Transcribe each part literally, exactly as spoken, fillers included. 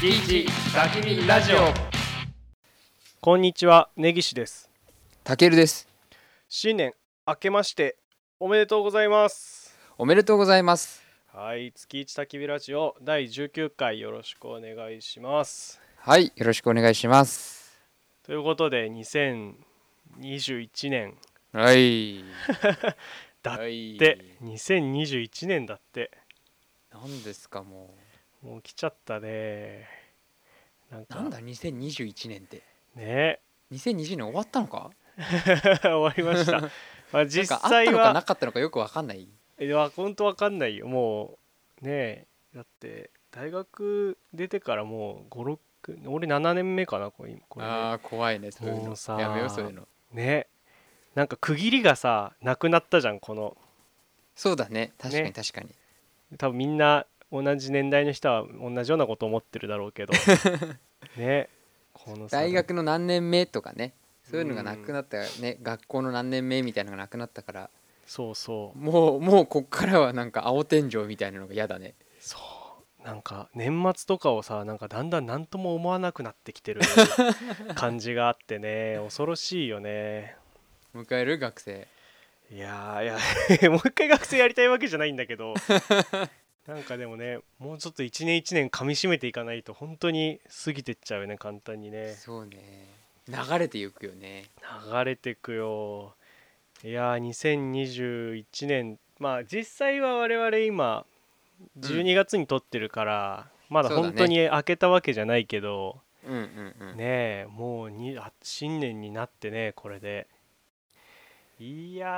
月一焚き火ラジオ。 こんにちは、根岸です。 たけるです。 新年明けましておめでとうございます。 おめでとうございます。 はい、月一焚き火ラジオだいじゅうきゅうかいよろしくお願いします。 はい、よろしくお願いします。 ということでにせんにじゅういちねんはいだっはいてにせんにじゅういちねんだって。 何ですかもうもう来ちゃったね。なんかなんだにせんにじゅういちねんってねにせんにじゅうねん終わったのか終わりましたまあ実なんかあった際のかなはかったのかよくわかんない。 いや本当わかんないよ。もうねえだって大学出てからもうごろく俺ななねんめかなこれこれね。 あー怖いねそういうの。 もうさやめようそういうの。 ねなんか区切りがさなくなったじゃん。このそうだね、確かにね確かに。 多分みんな同じ年代の人は同じようなこと思ってるだろうけどねこのさ大学の何年目とかね、そういうのがなくなったからね、学校の何年目みたいなのがなくなったから、 そうそうもうもうこっからはなんか青天井みたいなのが嫌だね。 そうなんか年末とかをさなんかだんだん何とも思わなくなってきてる感じがあってね恐ろしいよね。 迎える学生。 いやーいやもう一回学生やりたいわけじゃないんだけどなんかでもねもうちょっと一年一年噛み締めていかないと本当に過ぎてっちゃうよね簡単にね。 そうね、流れていくよね。 流れてくよ。いやーにせんにじゅういちねんまあ実際は我々今じゅうにがつに撮ってるから、うん、まだ本当に明けたわけじゃないけど、 うんうんうん、 ねえもうにあ新年になってねこれでいやー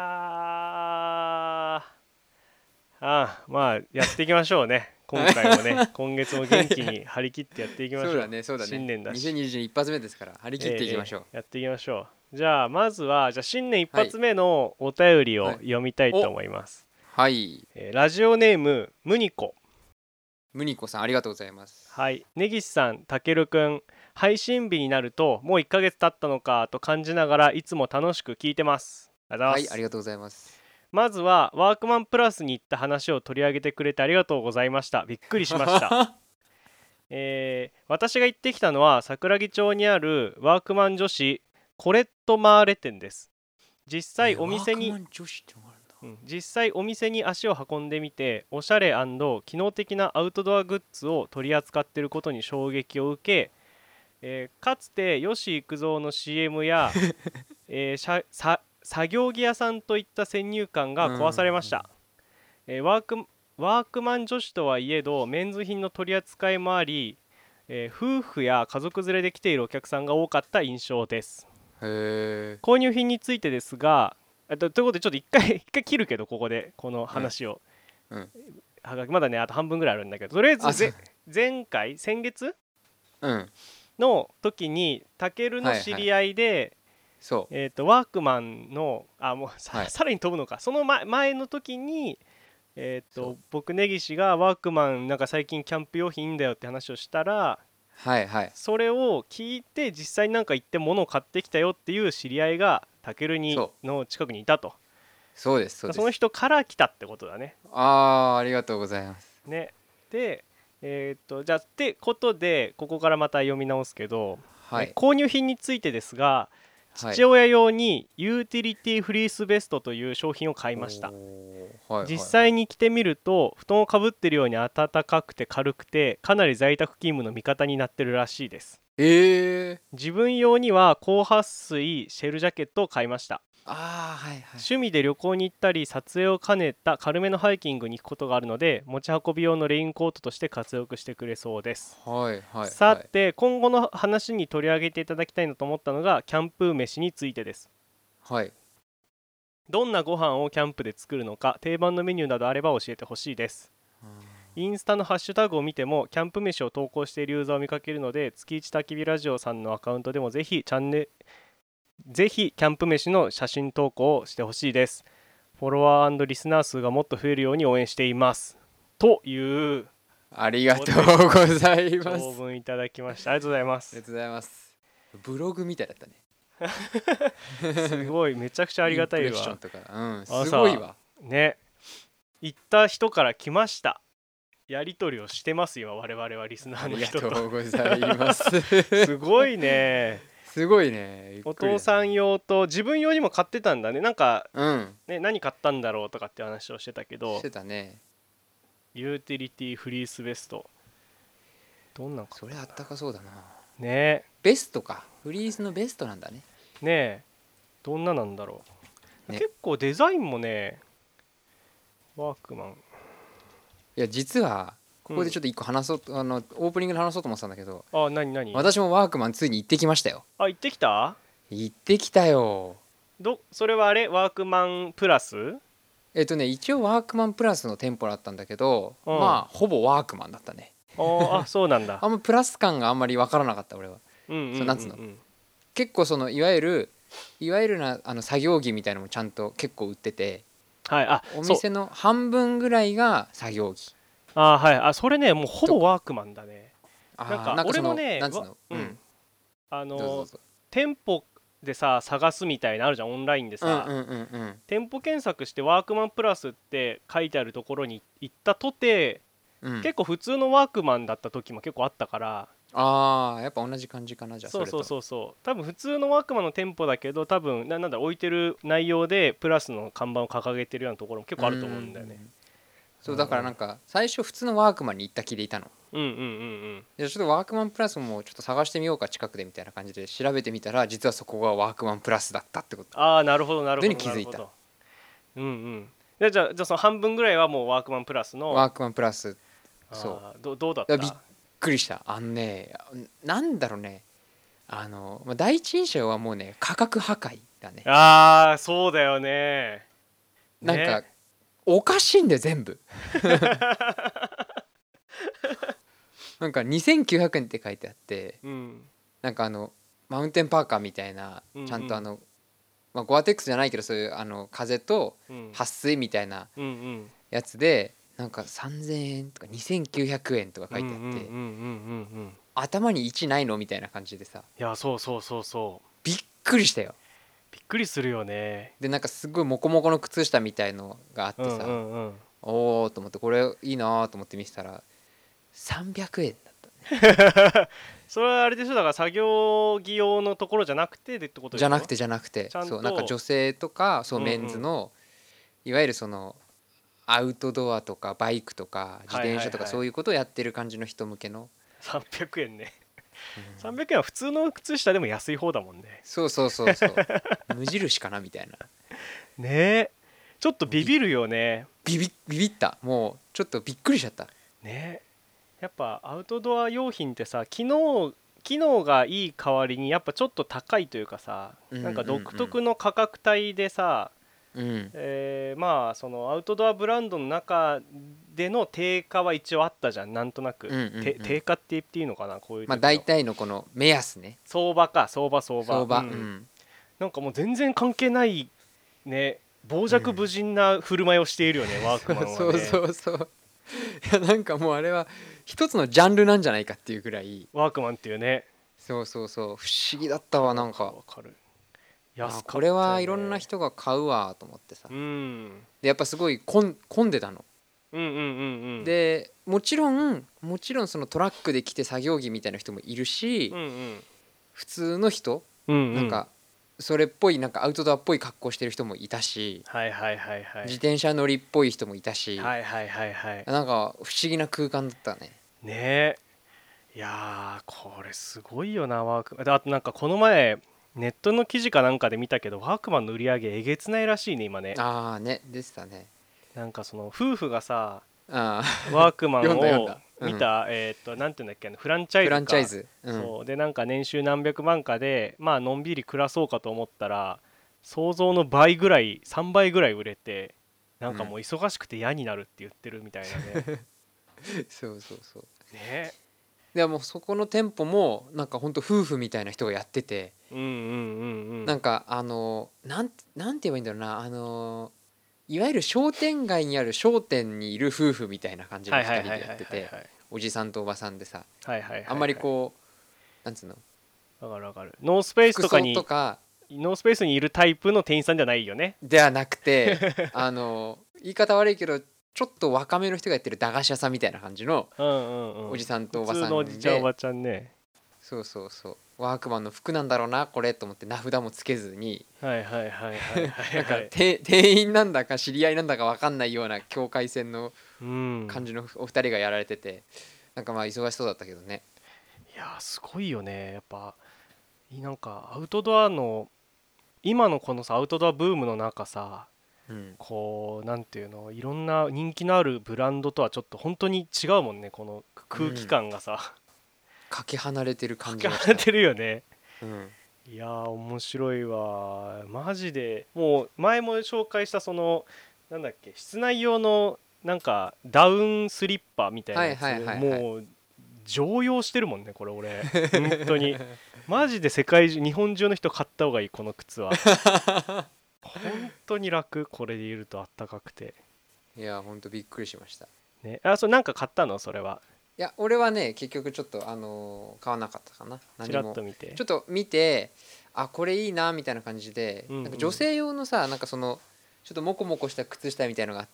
あまあやっていきましょうね今回もね今月も元気に張り切ってやっていきましょう。 そうだねそうだね、 新年だしにせんにじゅうねん一発目ですから張り切っていきましょう、 ええやっていきましょう。じゃあまずはじゃあ新年一発目のお便りを読みたいと思います。 はい、 えーラジオネームムニコ。 ムニコさんありがとうございます。 はい、根岸さん、たけるくん、配信日になるともういっかげつ経ったのかと感じながらいつも楽しく聞いてます。ありがとうございます。 はい、ありがとうございます。 まずはワークマンプラスに行った話を取り上げてくれてありがとうございました。びっくりしましたえー私が行ってきたのは桜木町にあるワークマン女子コレット・マーレ店です。実際お店に、 ワークマン女子ってのがあるんだ。 うん、実際お店に足を運んでみておしゃれ&機能的なアウトドアグッズを取り扱っていることに衝撃を受け、えーかつて吉幾三の シーエム や、えーしゃさ作業着屋さんといった先入観が壊されました。えーワークワークマン女子とはいえどメンズ品の取り扱いもあり、えー夫婦や家族連れで来ているお客さんが多かった印象です。 へえ。 購入品についてですが、えっとということでちょっと一回一回切るけどここでこの話を、 うんうんはがきまだねあと半分ぐらいあるんだけどとりあえずあそうぜ前回先月うんの時にタケルの知り合いで、 そうえー、とワークマンのあもうさ,、 はいさらに飛ぶのかその前前の時に、えー、 そうと僕根岸がワークマンなんか最近キャンプ用品いいんだよって話をしたらはいはいそれを聞いて実際になんか行って物を買ってきたよっていう知り合いがタケルにその近くにいたと。 そうですそうです。 その人から来たってことだね。 あーありがとうございます。 ねでえっ、とじゃあってことでここからまた読み直すけど、 はいえ購入品についてですがはい父親用にユーティリティフリースベストという商品を買いました。 おーはいはいはい実際に着てみると布団をかぶってるように暖かくて軽くてかなり在宅勤務の味方になってるらしいです。 えー、 自分用には高撥水シェルジャケットを買いました。 あーはいはい趣味で旅行に行ったり撮影を兼ねた軽めのハイキングに行くことがあるので持ち運び用のレインコートとして活躍してくれそうです。 はいはいさて今後の話に取り上げていただきたいなと思ったのがキャンプ飯についてです。 はい。 どんなご飯をキャンプで作るのか定番のメニューなどあれば教えてほしいです。インスタのハッシュタグを見てもキャンプ飯を投稿しているユーザーを見かけるので月一焚き火ラジオさんのアカウントでもぜひチャンネルぜひキャンプ飯の写真投稿をしてほしいです。フォロワー&リスナー数がもっと増えるように応援していますというありがとうございます。 長文いただきました。ありがとうございまありす。 がとうございます。ブログみたいだったね。 すごいめちゃくちゃありがたいインプレッションわ。 とか、うん、 朝すごいわ。 ね行った人から来ました。 やり取りをしてますよ我々はリスナーのありが人と。 とうございますすごいね。 すごいね。ゆっおくりだね父さん用と自分用にも買ってたんだね。なんかうんね何買ったんだろうとかって話をしてたけしど、 てたね。 ユーティリティフリースベストどんなん買それあったんだったかそうだな。 ねベストか。フリースのベストなんだね。 えねえどんななんだろう、 ね結構デザインもねワークマンいや実はここでちょっと一個話そうと、あのオープニングで話そうと思ってたんだけど、 あ何何私もワークマンついに行ってきましたよ。 あ行ってきた行ってきたよ。 どそれはあれワークマンプラスえっとね一応ワークマンプラスの店舗だったんだけど、 うんまあほぼワークマンだったね。 あーあそうなんだあんまプラス感があんまり分からなかった俺は。 うんうんうんうんそうなんつうの結構そのいわゆるいわゆるなあの作業着みたいなのもちゃんと結構売ってて、 はいあおそう店の半分ぐらいが作業着。 あはいあそれねもうほぼワークマンだねあーなんかその俺もねなんつうのわうんうんあのどうぞどうぞ店舗でさ探すみたいなのあるじゃんオンラインでさ、 うんうんうんうん店舗検索してワークマンプラスって書いてあるところに行ったとて、 うん結構普通のワークマンだった時も結構あったからあーやっぱ同じ感じかな。じゃあそれとそうそうそうそう多分普通のワークマンの店舗だけど多分ななんだ置いてる内容でプラスの看板を掲げてるようなところも結構あると思うんだよね。 そうだからなんか最初普通のワークマンに行った気でいたの。 うんうんうんうんでちょっとワークマンプラスもちょっと探してみようか近くでみたいな感じで調べてみたら実はそこがワークマンプラスだったってこと。 ああなるほどなるほどどれに気づいたなるほどうんうんでじゃあじゃあその半分ぐらいはもうワークマンプラスのワークマンプラスそうあーどどうだっいやびったあくりした。あのねなんだろうねあの、まあ、第一印象はもうね価格破壊だね。 あーそうだよねなんか、 ねおかしいんだよ全部なんかにせんきゅうひゃくえんって書いてあってうんなんかあのマウンテンパーカーみたいなうんうんちゃんとあの、まあ、ゴアテックスじゃないけどそういうあの風とうん撥水みたいなうんうんやつでなんかさんぜんえんとかにせんきゅうひゃくえんとか書いてあって、 うんうんうんうんうんうん頭にいちないのみたいな感じでさいやそうそうそうそうびっくりしたよ。 びっくりするよねでなんかすごいモコモコの靴下みたいのがあってさ、 うんうんうんおおと思ってこれいいなと思って見せたらさんびゃくえんだったそれはあれでしょだから作業着用のところじゃなくてでってことでしょじゃなくてじゃなくてちゃんとそうなんか女性とかそううんうんメンズの、いわゆるそのアウトドアとかバイクとか自転車とかはいはいはいそういうことをやってる感じの人向けの、 さんびゃくえんねうんさんびゃくえんは普通の靴下でも安い方だもんねそうそうそうそう無印かなみたいなねえちょっとビビるよねビビビビったもうちょっとびっくりしちゃった。 ねやっぱアウトドア用品ってさ機能機能がいい代わりにやっぱちょっと高いというかさ、 うんなんか独特の価格帯でさ、 うんえーまあそのアウトドアブランドの中での定価は一応あったじゃんなんとなく、 うんうんうんて定価って言っていいのかなこういう時のまあ大体のこの目安ね相場か相場相場相場、 ううんんなんかもう全然関係ないね傍若無人な振る舞いをしているよね、ワークマンはねそうそうそういやなんかもうあれは一つのジャンルなんじゃないかっていうぐらいワークマンっていうねそうそうそう不思議だったわなんかわかる安かあったよねこれはいろんな人が買うわと思ってさうんでやっぱすごい混ん混んでたの、 うんうんうんうんでもちろんもちろんそのトラックで来て作業着みたいな人もいるし、 うんうん普通の人、 うんうんなんかそれっぽいなんかアウトドアっぽい格好してる人もいたし、 はいはいはいはい自転車乗りっぽい人もいたし、 はいはいはいはいなんか不思議な空間だったね。 ねえいやーこれすごいよなワークであとなんかこの前ネットの記事かなんかで見たけどワークマンの売り上げえげつないらしいね今ねああねでしたね。 なんかその夫婦がさあワークマンを読んだ読んだうん見たえーっとなんていうんだっけあのフランチャあフイズかランチャイズ、うん、 そうでなんか年収何百万かでまあのんびり暮らそうかと思ったら想像の倍ぐらいさんばいぐらい売れてなんかもう忙しくて嫌になるって言ってるみたいなねそうそうそうねでもうそこの店舗もなんかほんと夫婦みたいな人がやってて、 うんうんうんうんなんかあのなんなんて言えばいいんだろうなあのいわゆる商店街にある商店にいる夫婦みたいな感じのはいふたりはいはいはいでやっててはいおじさんとおばさんでさはいはいはいはいあんまりこうなんつうのわかるわかるノースペース服装とかにとかノースペースにいるタイプの店員さんじゃないよねではなくてあの言い方悪いけどちょっと若めの人がやってる駄菓子屋さんみたいな感じのうんうんうんおじさんとおば普通さんのおじちゃんおで、 ばちゃんね。 そうそうそうワークマンの服なんだろうなこれと思って名札もつけずにはいはいはいはいはいなんかはいて店員なんだか知り合いなんだか分かんないような境界線のうん感じのお二人がやられてて、なんかまあ忙しそうだったけどね。 いやーすごいよねやっぱ。なんかアウトドアの今のこのさアウトドアブームの中さ、 うんこうなんていうのいろんな人気のあるブランドとはちょっと本当に違うもんね、この空気感がさ、 かけ離れてるか感じがした。 け離れてるよね。 うんいやー面白いわマジで。もう前も紹介したそのなんだっけ室内用のなんかダウンスリッパみたいなやつ、 はいはいはいはいもう常用してるもんねこれ俺本当に。マジで世界中日本中の人買った方がいいこの靴は。本当に楽、これでいるとあったかくていやほんとびっくりしました。 ね。あ、それなんか買ったのそれは。 いや俺はね結局ちょっとあのー買わなかったかな。 ちらっ何もと見てちょっと見てあこれいいなみたいな感じで、 うんうんなんか女性用のさなんかそのちょっとモコモコした靴下みたいのがあって、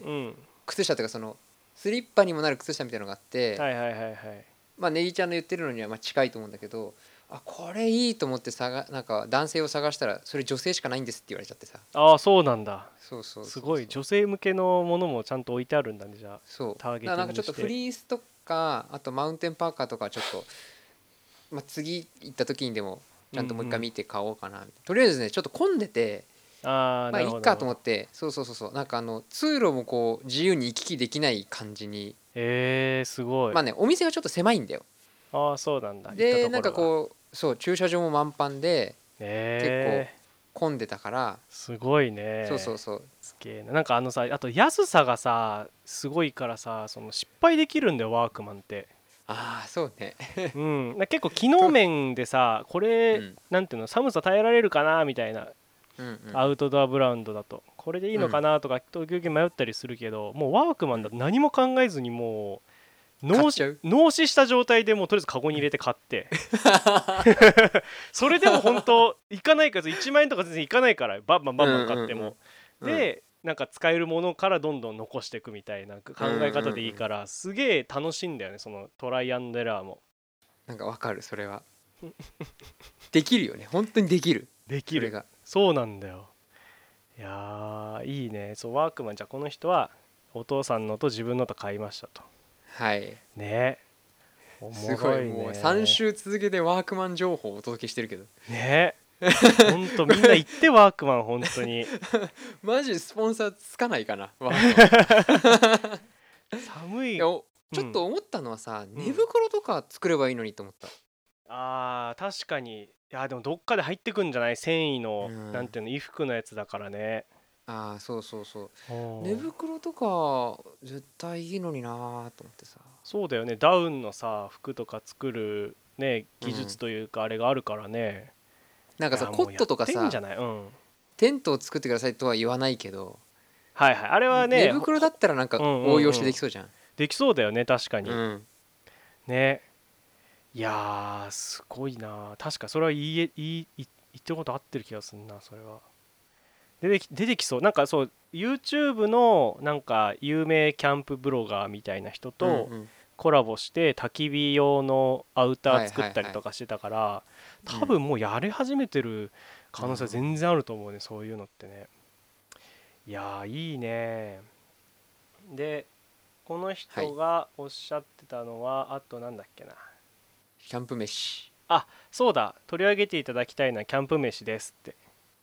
うん靴下というかそのスリッパにもなる靴下みたいのがあって、 はいはいはいはい。 まあネギちゃんの言ってるのにはまあ近いと思うんだけど、あこれいいと思って探なんか男性を探したらそれ女性しかないんですって言われちゃってさ。 ああそうなんだ。 そうそうそうそうすごい女性向けのものもちゃんと置いてあるんだねじゃあ。 そうターゲだからなんかティングしてちょっとフリースとかあとマウンテンパーカーとかちょっと、まあ、次行った時にでもちゃんともう一回見て買おうかなみたいな、とりあえずねちょっと混んでてああなるほどまあいいかと思ってそうそうそうそうなんかあの通路もこう自由に行き来できない感じに、 えー、すごい。 まあねお店がちょっと狭いんだよ。 ああそうなんだ。行ったでなんかところがこうそう駐車場も満帆でえー、 混んでたからすごいね。 そうそうそうすげえな。なんかあのさあと安さがさすごいからさ、その失敗できるんだよワークマンって。 ああそうねうんなんか結構機能面でさこれ、 うんなんていうの寒さ耐えられるかなみたいな、 うんうんアウトドアブランドだとこれでいいのかなとか時々迷ったりするけど、もうワークマンだと何も考えずにもう納買っちゃう納資した状態でもうとりあえずカゴに入れて買ってそれでも本当いかないからいちまん円とか全然いかないからバンバンバンバン買っても、 うんうんうんでなんか使えるものからどんどん残していくみたいな考え方でいいから、すげえ楽しいんだよねそのトライアンドエラーも。 なんかわかるそれはできるよね本当にできるできるそれがそうなんだよ。いやーいいね。そうワークマンじゃあこの人はお父さんのと自分のと買いましたと。 はいねおもすごろいね。 いもうさん週続けてワークマン情報をお届けしてるけどねほんとみんな行ってワークマン本当にマジスポンサーつかないかなワークマン寒い。 いやおうんちょっと思ったのはさ、 ん寝袋とか作ればいいのにと思った。 あー確かに。いやでもどっかで入ってくんじゃない、繊維の、 うんなんていうの衣服のやつだからね。 ああそうそうそううん寝袋とか絶対いいのになーと思ってさ。 そうだよね。ダウンのさ服とか作るね技術というかあれがあるからね。 なんかさいやコットとかもうやってんじさゃない。うんテントを作ってくださいとは言わないけど、 はいはいあれはね寝袋だったらなんかうんうんうん応用してできそうじゃん。 できそうだよね確かに、 うんね。いやーすごいな。確かそれはいいえいい言ってること合ってる気がするな。それは出てき出てきそう。なんかそう YouTube のなんか有名キャンプブロガーみたいな人とうんうんコラボして焚き火用のアウター作ったりはいはいはいとかしてたから、 うん多分もうやり始めてる可能性は全然あると思うね、そういうのってね。いやーいいね。でこの人がおっしゃってたのは、あとなんだっけな。 キャンプ飯。 あそうだ取り上げていただきたいのはキャンプ飯ですって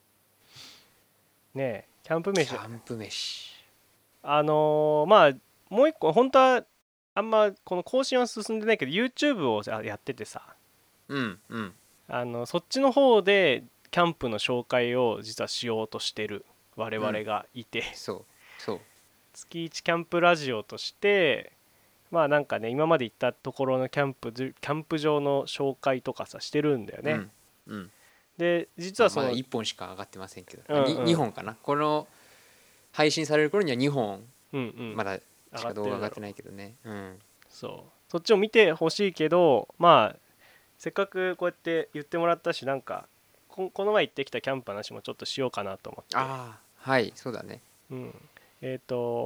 ね。えキャンプキ飯ャンプ飯。 あのーまあもう一個本当はあんまこの更新は進んでないけど YouTube をさやっててさ、 うんうんあのそっちの方でキャンプの紹介を実はしようとしてる我々がいて、 そうそう月いちキャンプラジオとしてまあなんかね今まで行ったところのキャンプキャンプ場の紹介とかさしてるんだよね、 うんうんで実はその、 まあまだいっぽんしか上がってませんけど、 うんうんににほんかなこの配信される頃にはにほんうんうんまだしか動画上がってるだろうないけどね。うんそうそっちを見てほしいけど、まあせっかくこうやって言ってもらったし、なんかここの前行ってきたキャンプの話もちょっとしようかなと思って。 ああはいそうだね。 うん、えっ、と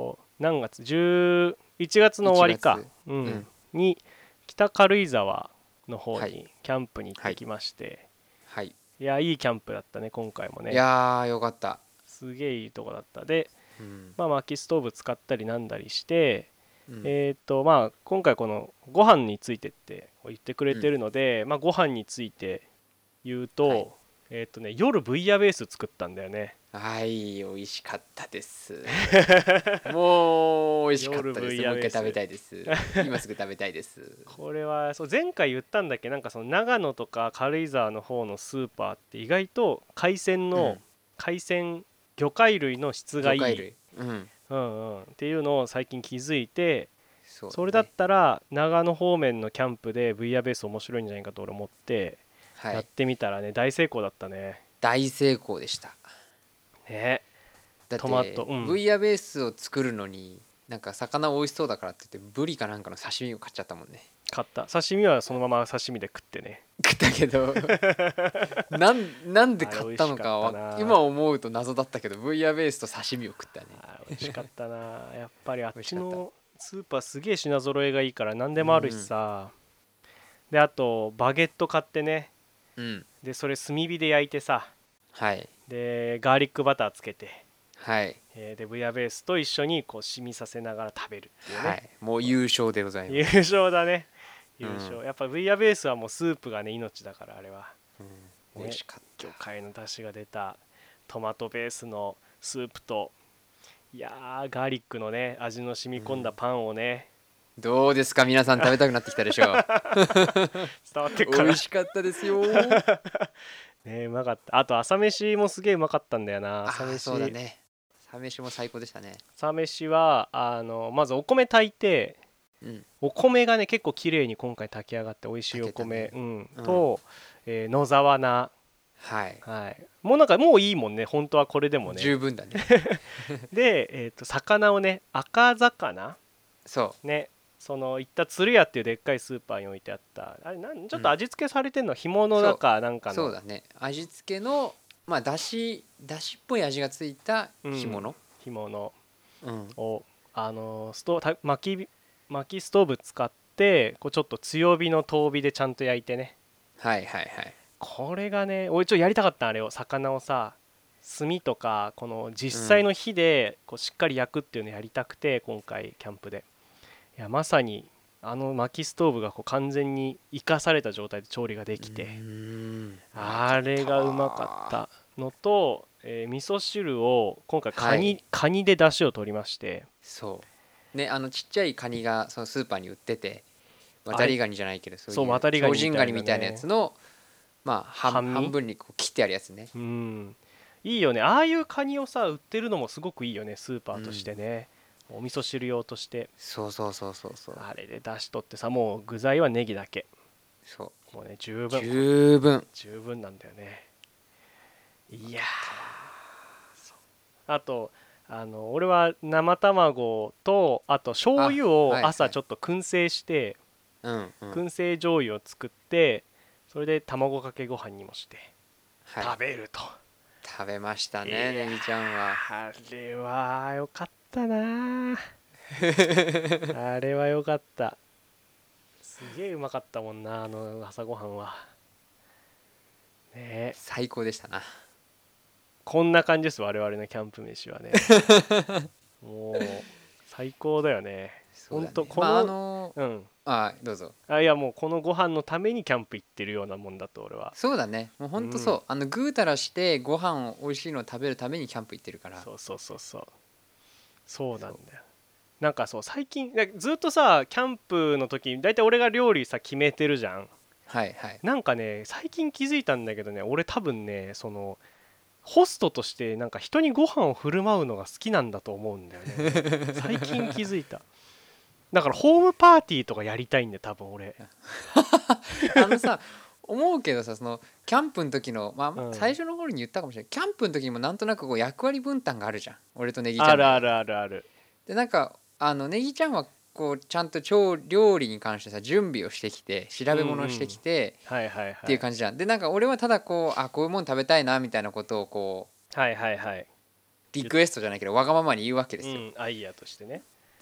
何月じゅういちがつの終わりか、 いちがつうんうん、 に北軽井沢の方はいにキャンプに行ってきまして、 はい、 いやいいキャンプだったね今回もいね。 やーよかった。 すげえいいとこだったで、 うん、 まあ、薪ストーブ使ったりなんだりして、 うん、 えっとまあ今回このご飯についてって言ってくれてうん、 るので、まあ、ご飯について言うはい、 と、えっとね夜ブイヤベース作ったんだよね。 はい、美味しかったです。もう美味しかっ夜たでブイす。もう一回食べヤベースたいです。今すぐ食べたいです。 これはそう前回言ったんだっけ、なんかその長野とか軽井沢の方のスーパーって意外と海鮮のうん、 海鮮魚介類の質がいい、 魚介類、うん、 うんうん、っていうのを最近気づいて、それだっそうだね。 たら長野方面のキャンプでブイヤベース面白いんじゃないかと俺思ってはい、 やってみたらね大成功だったね。 大成功でした。 ね、 だっトマト、 てうんブイヤベースを作るのになんか魚美味しそうだからって言ってブリかなんかの刺身を買っちゃったもんね。 買った。刺身はそのまま刺身で食ってね。 食ったけどなんなんであれ買っ美味しかたのかはったな。 今思うと謎だったけどブイヤベースと刺身を食ったね。 あー美味しかったな。やっぱりあっ美味しかった。 ちのスーパーすげえ品揃えがいいから何でうもあるしんさ。であとバゲット買ってね、 うんでそれ炭火で焼いてさ、 はいでガーリックバターつけて、 はいえーでブイヤベースと一緒にこう染みさせながら食べるっていうね。 はいもう優勝でござい優ます。 勝だね。優うん勝、やっぱブイヤベースはもうスープがね命だからあれは、 うん、美ね、 味しかった魚。介の出汁が出たトマトベースのスープと、いやーガーリックのね味の染み込んだパンをね、 どうですか皆さん食べたくなってきたでしょう。 伝わってっか美ら味しかったですよ。 ね、うまかった。あと朝飯もすげえうまかったんだよな。朝ああそうだ飯ね。サ飯も最高でしたね。 朝飯はあのまずお米炊いて、 うんお米がね結構綺麗に今回炊き上がって美味しいお炊けた米、 ねうんうんと、えー野沢菜、 はいはい、もうなんかもういいもんね本当はこれでもね。 十分だね。 で、えー、と魚をね赤魚そね、その行った鶴屋っていうでっかいスーパーに置いてあったあれなんちょっと味付けされてんの干物だかなんかの、 うそうだね。味付けのまあだしだしっぽい味がついたうん干物。 干物うんをあのストた薪薪ストーブ使ってこうちょっと強火の遠火でちゃんと焼いてね、 はいはいはいこれがね俺ちょっとやりたかったあれを魚をさ炭とかこの実うん際の火でこうしっかり焼くっていうのをやりたくて今回キャンプで、いやまさにあの薪ストーブがこう完全に生かされた状態で調理ができて、 うーんあれがうまかったのと、えー味噌汁を今回カニ、 はいカニで出汁を取りまして、 そうねあのちっちゃいカニがそのスーパーに売っててあれ渡りガニじゃないけどそうそういう渡りガニ精進ガニみたいなやみたいなねつのまあ半半身半分にこう切ってあるやつね。 うんいいよねああいうカニをさ売ってるのもすごくいいよねスーパーとしてね、お味噌汁用として。 そうそうそうそうそうあれで出し取ってさもう具材はネギだけ、 そもうね十う分十分十分なんだよね。いやーそうあとあの俺は生卵とあと醤油あをはいはい朝ちょっと燻製して、 うんうん燻製醤油を作ってそれで卵かけご飯にもしてはい食べると、 食べましたいやねねぎちゃんは。 あれはよかったなあれはよかった。すげえうまかったもんなあの朝ごはんはねえ。 最高でしたな。 こんな感じです我々のキャンプ飯はねもう最高だよね。 そうだねほんとこの、 まああのうんあどうぞ。 あいやもうこのご飯のためにキャンプ行ってるようなもんだと俺は。 そうだねもうほんとそう、 うんあのぐうたらしてご飯を美味しいのを食べるためにキャンプ行ってるからそうそうそうそうそうなんだよ。なんかそう最近なんかずっとさキャンプの時大体俺が料理さ決めてるじゃん。 はいはいなんかね最近気づいたんだけどね俺多分ねそのホストとしてなんか人にご飯を振る舞うのが好きなんだと思うんだよね最近気づいた。だからホームパーティーとかやりたいんだよ多分俺。 あのさ思うけどさそのキャンプの時のまあ、 うん最初の頃に言ったかもしれないキャンプの時にもなんとなくこう役割分担があるじゃん俺とネギちゃんのあるあるあるある。 でなんかあのネギちゃんはこうちゃんと調料理に関してさ準備をしてきて調べ物をしてきて、 はいはいはいっていう感じじゃんでなんか俺はただこうあこういうもの食べたいなみたいなことをこうはいはいはい。 リクエストじゃないけどわがままに言うわけですよ、 うんアイデアとしてね。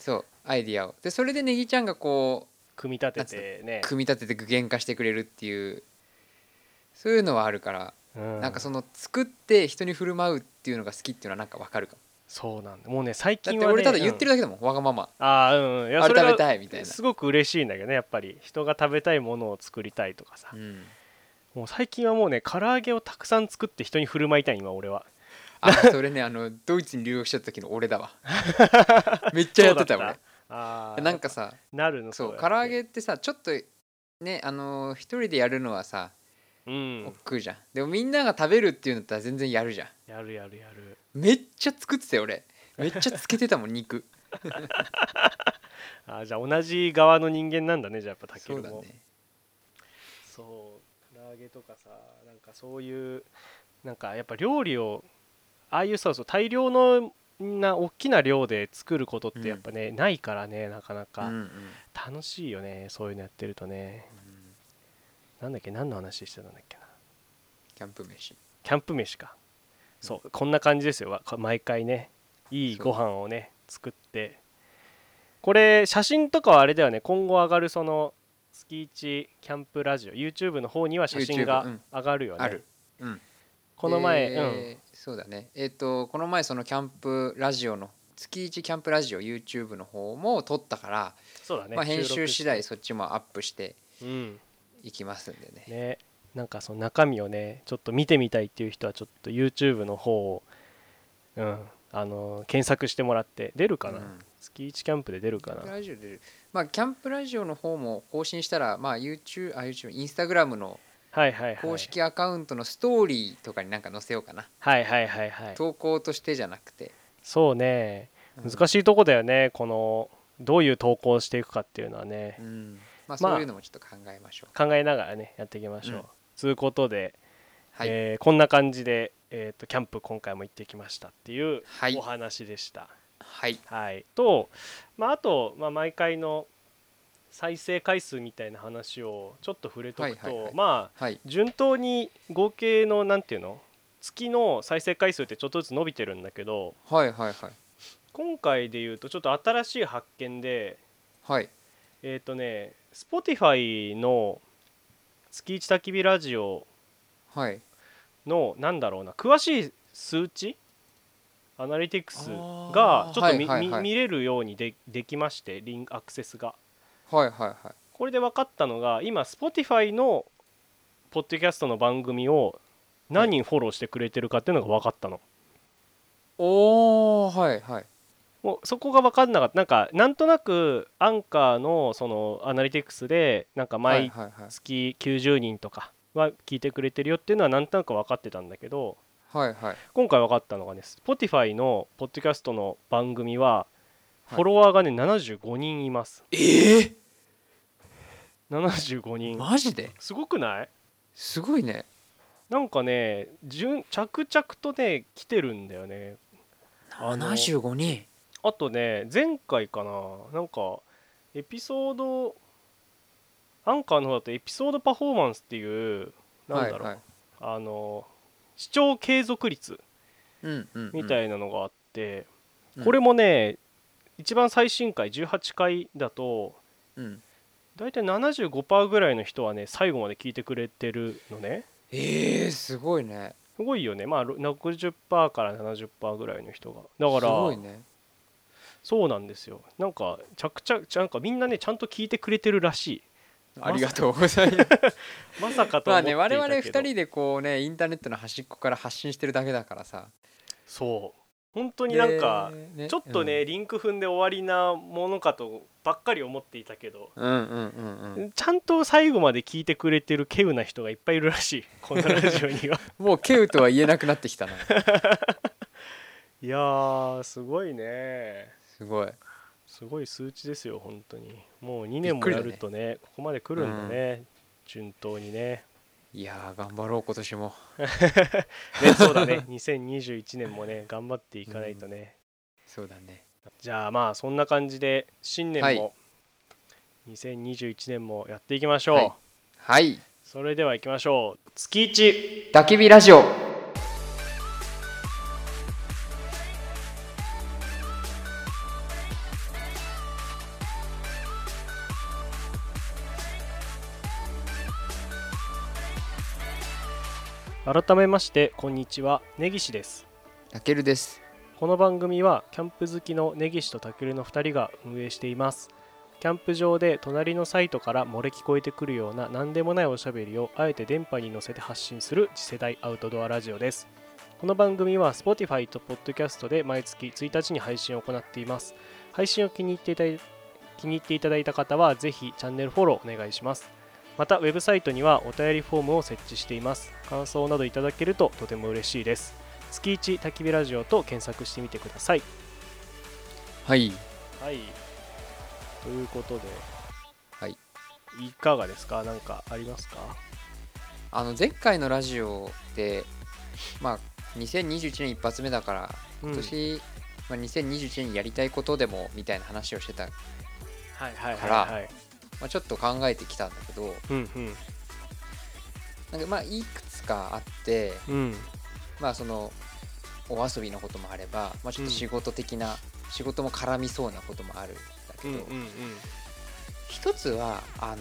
そうアイディアをでそれでネギちゃんがこ組み立ててねう組み立てて具現化してくれるっていうそういうのはあるから、 うん、 なんかその作って人に振る舞うっていうのが好きっていうのはなんかわかるかも。 そうなんだ。もうね最だっ近はねて俺ただ言ってるだけだもん、わがままああうんうんいやあれ食べそれがたいみたいな。 すごく嬉しいんだけどねやっぱり人が食べたいものを作りたいとかさ、 うんもう最近はもうね唐揚げをたくさん作って人に振る舞いたい今俺は。 あそれねあのドイツに留学しちゃった時の俺だわめっちゃやってたそうだ俺ったあーなんかさなるのそうやって唐揚げってさちょっとねあのー一人でやるのはさうん億劫じゃん。でもみんなが食べるっていうんだったら全然やるじゃん。 やるやるやるめっちゃ作ってたよ俺。めっちゃつけてたもん肉あーじゃあ同じ側の人間なんだねじゃあやっぱたけるもそうだね。 そう唐揚げとかさなんかそういうなんかやっぱ料理をああいうそうそう大量のな大きな量で作ることってやっぱね、ないからねなかなうんかうん楽しいよねそういうのやってるとね。なんだっけ何の話してたんだっけな。 キャンプ飯。 キャンプ飯か。そうこんな感じですよわ毎回ねいいご飯をね作ってこれ写真とかはあれだよね今後上がるその月一キャンプラジオ YouTube の方には写真 YouTube がうん上がるよね、 ある。うん。 この前、 でうんそうだね。えっ、とこの前そのキャンプラジオの月一キャンプラジオ YouTube の方も撮ったから、 そうだね、 まあ編集次第収そっちもアップして録してうんいきますんでね。 ねなんかその中身をねちょっと見てみたいっていう人はちょっと YouTube の方をうんあの検索してもらって出るかな、 うん月一キャンプで出るかキャンプな。 ラジオで、まあキャンプラジオの方も更新したら、まあ YouTube、あ YouTube、インスタグラムのはいはいはい公式アカウントのストーリーとかになんか載せようかな。 はいはいはいはい投稿としてじゃなくて。 そうねうん難しいとこだよねこのどういう投稿をしていくかっていうのはね、 うんまあまあそういうのもちょっと考えましょう。 考えながらねやっていきましょう、 うんつうことで、 はい。 えーこんな感じで、えーとキャンプ今回も行ってきましたっていうはいお話でした。 はい。 はい、と、まあ、あと、まあ、毎回の再生回数みたいな話をちょっと触れとくと、 はいはいはいまあはい。 順当に合計のなんていうの月の再生回数ってちょっとずつ伸びてるんだけどはいはいはい。 今回でいうとちょっと新しい発見ではい。 えっ、とね Spotify の月一焚き火ラジオはい。 のなんだろうな詳しい数値アナリティクスあーがちょっと見,、 はいはいはい見れるようにでできましてリンクアクセスがはいはいはい。 これで分かったのが今 Spotify のポッドキャストの番組を何人フォローしてくれてるかっていうのが分かったの、 おーはいはい。 もうそこが分かんなかったなんかなんとなくアンカーのそのアナリティクスでなんかはい毎はいはい。 月きゅうじゅうにんとかは聞いてくれてるよっていうのはなんとなく分かってたんだけどはいはい。 今回分かったのがね Spotify のポッドキャストの番組ははいフォロワーがねななじゅうごにんいます。 えー、 ななじゅうごにんマジですごくない？ すごいね。 なんかね順着々とね来てるんだよね。あのななじゅうごにん。 あとね前回かななんかエピソードアンカーの方だとエピソードパフォーマンスっていうなんだろう、 はいはい、 あの視聴継続率うんうんうん、 みたいなのがあって、 うんこれもね一番最新回じゅうはちかいだとうん、 だいたい ななじゅうごパーセント ぐらいの人はね最後まで聞いてくれてるのね。 えー、すごいね。 すごいよねまあろくじゅっパーセントから ななじゅっパーセント ぐらいの人がだからすごいね。 そうなんですよなんか着々なんかみんなねちゃんと聞いてくれてるらしい。 ありがとうございます。 まさかとまあ思っていたけどね我々ふたりでこうねインターネットの端っこから発信してるだけだからさ。 そう本当になんかでねちょっとね、 うんリンク踏んで終わりなものかとばっかり思っていたけど、 うんうんうんうん、 ちゃんと最後まで聞いてくれてる稀有な人がいっぱいいるらしいこのラジオにはもうケウとは言えなくなってきたな。 いやーすごいねすごい。 すごい数値ですよ本当にもうにねんもやびっくりだねるとねここまで来るんだね、順当にねいやー頑張ろう今年も。 ねそうだねにせんにじゅういちねんもね頑張っていかないとね、 そうだね。 じゃあまあそんな感じで新年も、 はいにせんにじゅういちねんもやっていきましょう、 はいはい。 それでは行きましょう月一焚き火ラジオ。 改めましてこんにちは、根岸です。 たけるです。 この番組はキャンプ好きの根岸とたけるのふたりが運営しています。キャンプ場で隣のサイトから漏れ聞こえてくるような何でもないおしゃべりをあえて電波に乗せて発信する次世代アウトドアラジオです。この番組は Spotify と Podcast で毎月ついたちに配信を行っています。配信を気に入っていただい気に入っていただいた方はぜひチャンネルフォローお願いします。またウェブサイトにはお便りフォームを設置しています。感想などいただけるととても嬉しいです。月一焚き火ラジオと検索してみてください。 はいはい、ということで、 はい、 いかがですか？なんかありますか？ あの前回のラジオでまあにせんにじゅういちねん一発目だから今年、うんまあ、にせんにじゅういちねんにやりたいことでもみたいな話をしてたからまあちょっと考えてきたんだけど、 うんうん、 なんかまあいくつかあって、 うん、 まあそのお遊びのこともあれば、まあ、ちょっと仕事的な、うん、仕事も絡みそうなこともあるんだけど、うんうんうん、一つはあの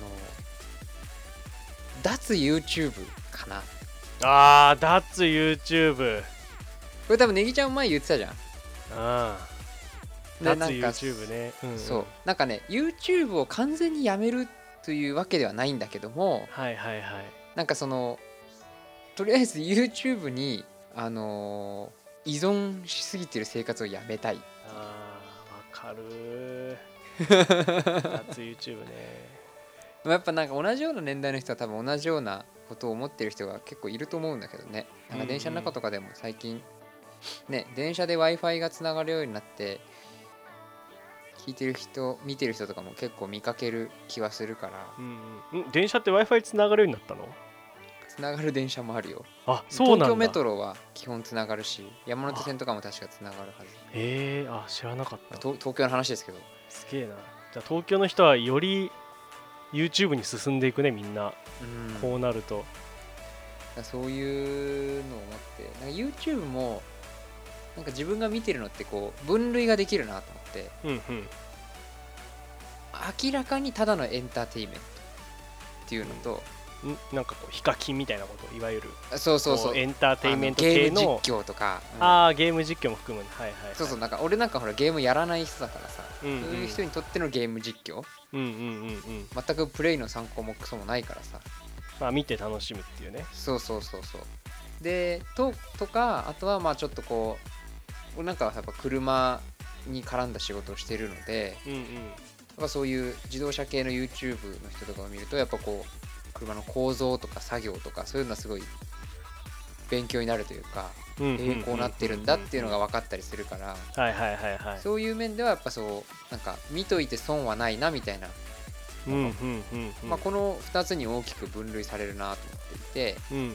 脱 YouTube かな。 あー脱 YouTube これ多分ネギちゃん前言ってたじゃん。 あ脱 YouTube ね、 うんうん、そうなんかね YouTube を完全にやめるというわけではないんだけども、 はいはいはい、 なんかそのとりあえず YouTube にあのー、依存しすぎてる生活をやめたい。 あーわかる脱 YouTube ね。 やっぱなんか同じような年代の人は多分同じようなことを思ってる人が結構いると思うんだけどね。なんか電車の中とかでも最近ね、電車で Wi-Fi がつながるようになって聞いてる人見てる人とかも結構見かける気はするから、 うんうん、電車って Wi-Fi つながるようになったの？ つながる電車もあるよ。 あ、そうなんだ。 東京メトロは基本つながるし、山手線とかも確かつながるはず。 えー、あ、知らなかった。 東京の話ですけど。 すげえな。じゃあ東京の人はより YouTube に進んでいくね、みんな、うん、こうなると。 そういうのを思ってなんか YouTube もなんか自分が見てるのってこう分類ができるなと思って、 うんうん、 明らかにただのエンターテインメントっていうのと、 うん、なんかこうヒカキンみたいなこと、いわゆるそうそうそうエンターテインメント系のゲーム実況とか、 うん、ああゲーム実況も含む、はいはい、はい、 そうそうなんか俺なんかほらゲームやらない人だからさ、 うんうん、 そういう人にとってのゲーム実況、 うんうんうんうん、 全くプレイの参考もクソもないからさ、 まあ見て楽しむっていうね。 そうそうそうそうでととかあとはまあちょっとこう俺なんかはやっぱ車に絡んだ仕事をしてるので、うんうん、やっぱそういう自動車系の YouTube の人とかを見るとやっぱこう車の構造とか作業とかそういうのはすごい勉強になるというか、えこうなってるんだっていうのが分かったりするから、 はいはいはいはい、 そういう面ではやっぱそうなんか見といて損はないなみたいな、 うんうんうんうん、 まあこのふたつに大きく分類されるなと思っていて、うんうん、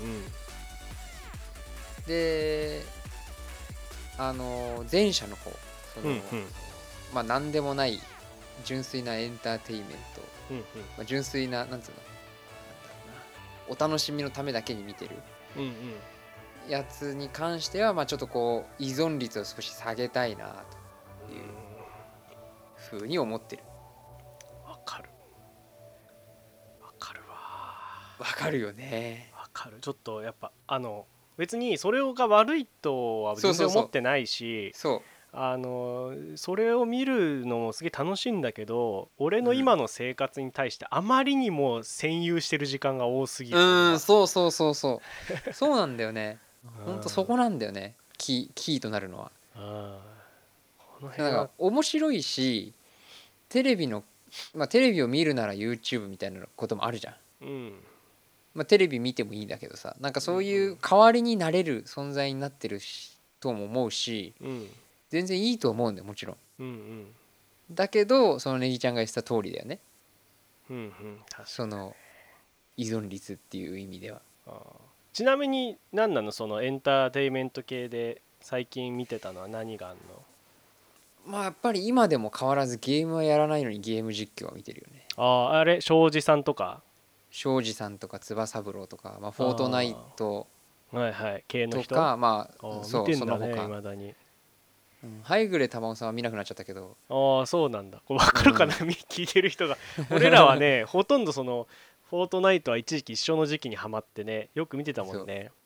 であの前者の方その、うんうん、まあ何でもない純粋なエンターテインメント、うんうんまあ、純粋ななんつうのお楽しみのためだけに見てるやつに関しては、まあちょっとこう依存率を少し下げたいなというふうに思ってる。 わかるわかるわわかるよね。 わかる。ちょっとやっぱあの別にそれが悪いとは全然思ってないし、 そうあのそれを見るのもすげえ楽しいんだけど、俺の今の生活に対してあまりにも占有してる時間が多すぎる。 うんそうそうそうそうそうなんだよね。ほんとそこなんだよね、キー、キーとなるのは。あこの辺はなんか面白いしテレビの、まあ、テレビを見るなら YouTube みたいなこともあるじゃん、うんまあ、テレビ見てもいいんだけどさ、なんかそういう代わりになれる存在になってるしとも思うし、うん全然いいと思うんだよもちろん、うんうん、だけどそのネギちゃんが言ってた通りだよね、うんうん、その依存率っていう意味では。 あちなみに何なのそのエンターテインメント系で最近見てたのは何があるの？まあやっぱり今でも変わらずゲームはやらないのにゲーム実況は見てるよね。 あああれ庄司さんとか庄司さんとか翼三郎とか、まあ、フォートナイトはいはい系の人とかまああそう見てんだねその他未だにハイグレ玉緒さんは見なくなっちゃったけど、 ああそうなんだ。これ分かるかな、うん、聞いてる人が俺らはねほとんどそのフォートナイトは一時期一緒の時期にハマってねよく見てたもんね。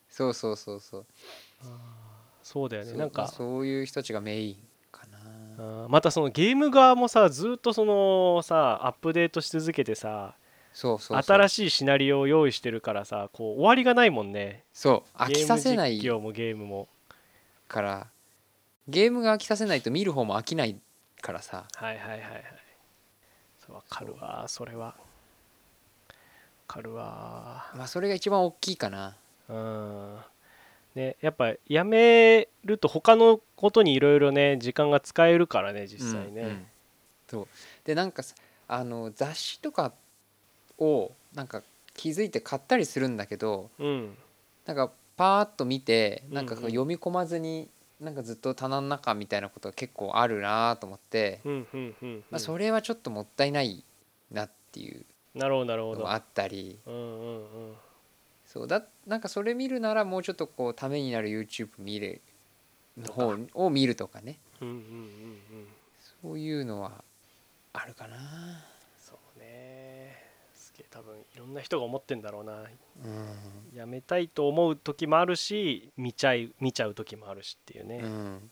そうそうそうそうそうだよね。 そうなんかそういう人たちがメインかな。 あーまたそのゲーム側もさずっとそのさアップデートし続けてさそうそうそう新しいシナリオを用意してるからさこう終わりがないもんね。 そう飽きさゲーム実せない況もゲームも。 からゲームが飽きさせないと見る方も飽きないからさ。 はいはいはいはい。そうわかるわそれは。わかるわ。 まあそれが一番大きいかな。 うんね、やっぱやめると他のことにいろいろね時間が使えるからね実際ね。 うんうん、そうでなんかさあの雑誌とかをなんか気づいて買ったりするんだけど、 うんなんかパーッと見てなんかうんうん読み込まずになんかずっと棚の中みたいなことが結構あるなと思って、 うんうんうんうまあ、 んそれはちょっともったいないなっていうなるほどなるほど。 のもあったり、 うんうんうんそうだなんかそれ見るならもうちょっとこうためになる YouTube 見れの方を見るとかね、 うんうんうんうんそういうのはあるかな。 そうねすげえ多分いろんな人が思ってんだろうな。 うんやめたいと思う時もあるし見ちゃい見ちゃう時もあるしっていうね。 うん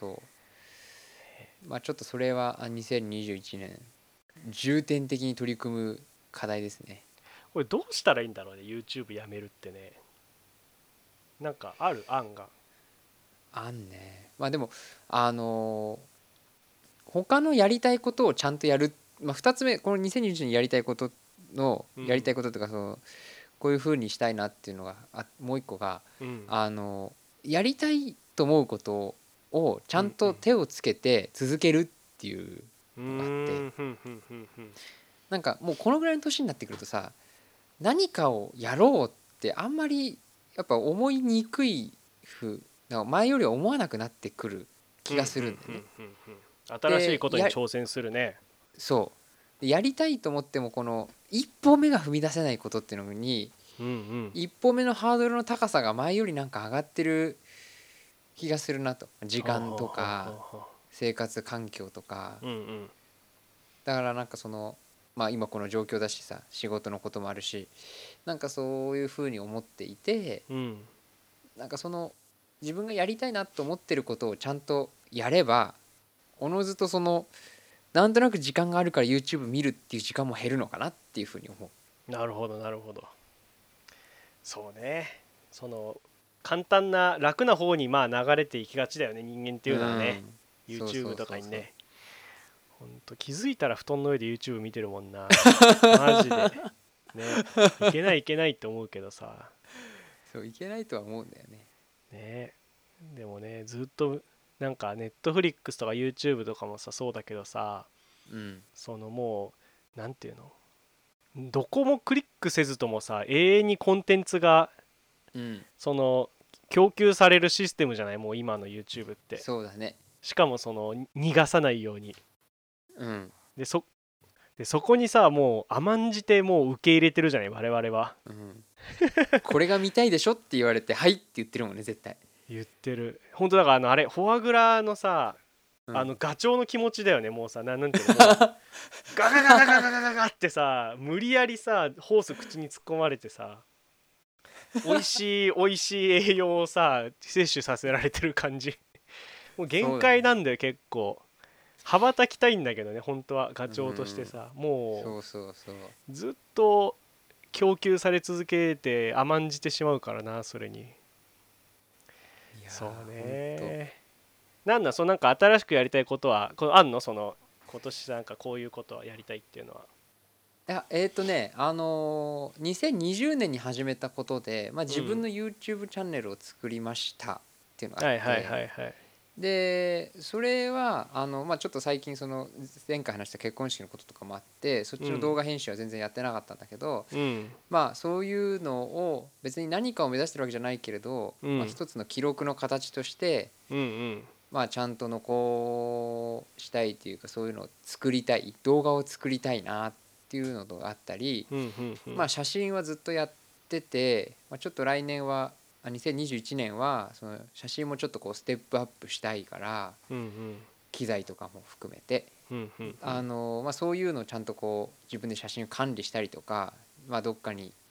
そうまあちょっとそれはあにせんにじゅういちねん重点的に取り組む課題ですね。 これどうしたらいいんだろうね YouTube やめるってね。なんかある案が。 あんねまあでもあのー他のやりたいことをちゃんとやる、まあ、ふたつめこのにせんにじゅういちねんにやりたいことのうんやりたいことというかそのこういう風にしたいなっていうのがあもう一個がうんあのやりたいと思うことをちゃんうんうんと手をつけて続けるっていううーのがあってんふんふんふんふんなんかもうこのぐらいの年になってくるとさ何かをやろうってあんまりやっぱ思いにくいふなんか前よりは思わなくなってくる気がするんだよね。 うんうんうんうん新しいことに挑戦するね。 そうやりたいと思ってもこの一歩目が踏み出せないことっていうのにうんうん一歩目のハードルの高さが前よりなんか上がってる気がするなと。時間とか生活環境とかうんうんだからなんかそのまあ今この状況だしさ仕事のこともあるしなんかそういうふうに思っていてうんなんかその自分がやりたいなと思ってることをちゃんとやればおのずとそのなんとなく時間があるから YouTube 見るっていう時間も減るのかなっていうふうに思う。 なるほどなるほど。そうねその簡単な楽な方にまあ流れていきがちだよね人間っていうのはね。 うんそうそう YouTube そうそうとかにねほんと気づいたら布団の上で YouTube 見てるもんなマジでねいけないいけないって思うけどさそういけないとは思うんだよね。 ねでもねずっとなんか Netflix とか YouTube とかもさそうだけどさうんそのもうなんていうのどこもクリックせずともさ永遠にコンテンツがうんその供給されるシステムじゃないもう今の YouTube って。 そうだね。 しかもその逃がさないようにうんでそでそこにさもう甘んじてもう受け入れてるじゃない我々は。 うんこれが見たいでしょって言われてはいって言ってるもんね絶対。 言ってる本当だからあのあれフォアグラのさうんあのガチョウの気持ちだよねもうさななんていうのもうガガガガガガガガガってさ無理やりさホース口に突っ込まれてさ美味しい美味しい栄養をさ摂取させられてる感じもう限界なんだよ結構羽ばたきたいんだけどね本当はガチョウとしてさもそうそうそううずっと供給され続けて甘んじてしまうからなそれに。 いやーそうねなんだそのなんか新しくやりたいことはこれあんのその今年なんかこういうことはやりたいっていうのは。 いやえっ、ー、とねあのー、にせんにじゅうねんに始めたことで、まあ、自分の YouTube チャンネルを作りましたっていうのがあって、 はいはいはいはいでそれはあの、まあ、ちょっと最近その前回話した結婚式のこととかもあってそっちの動画編集は全然やってなかったんだけど、 うんまあそういうのを別に何かを目指してるわけじゃないけれど、 うんまあ、一つの記録の形としてうんうんまあちゃんと残したいというかそういうのを作りたい動画を作りたいなっていうのがあったり、 うんうんうんまあ写真はずっとやってて、まあ、ちょっと来年はあにせんにじゅういちねんはその写真もちょっとこうステップアップしたいからうんうん機材とかも含めてうんうんあの、まあ、そういうのをちゃんとこう自分で写真を管理したりとか、まあ、どっかに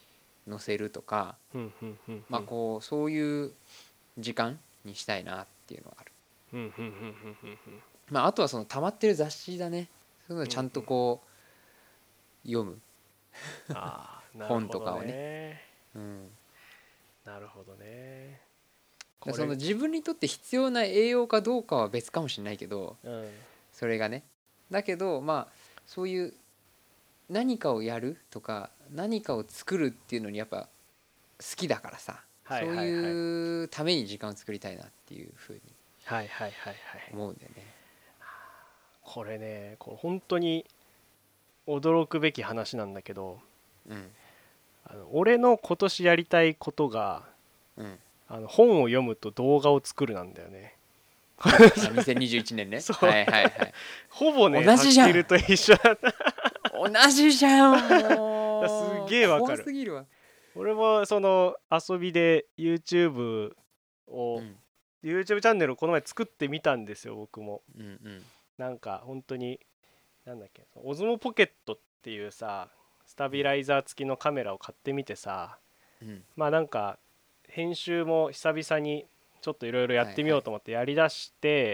載せるとか、 うんうんうんうんまあこうそういう時間にしたいなっていうのはある。 うんうんうんうんうんまああとはその溜まってる雑誌だね。そういうのをちゃんとこう読むああなるほど本とかをね。 ねうん、 なるほどねだこれその自分にとって必要な栄養かどうかは別かもしれないけど、 うんそれがね。だけどまあそういう何かをやるとか何かを作るっていうのにやっぱ好きだからさ、そうはいはいはいいうために時間を作りたいなっていうふうにはいはいはいはい思うんだよね。 これねこれ本当に驚くべき話なんだけどうんあの俺の今年やりたいことがうんあの本を読むと動画を作るなんだよね。 あにせんにじゅういちねんね。 そうはいはいはい。 ほぼね同じじゃんタッキルと一緒だった同じじゃんもすうげえわかる。 怖すぎるわ。 俺もその遊びで YouTube を、 うん YouTube チャンネルをこの前作ってみたんですよ僕も。 うんうんなんか本当になんだっけオズモポケットっていうさスタビライザー付きのカメラを買ってみてさ、 うんまあなんか編集も久々にちょっといろいろやってみようと思ってやりだして、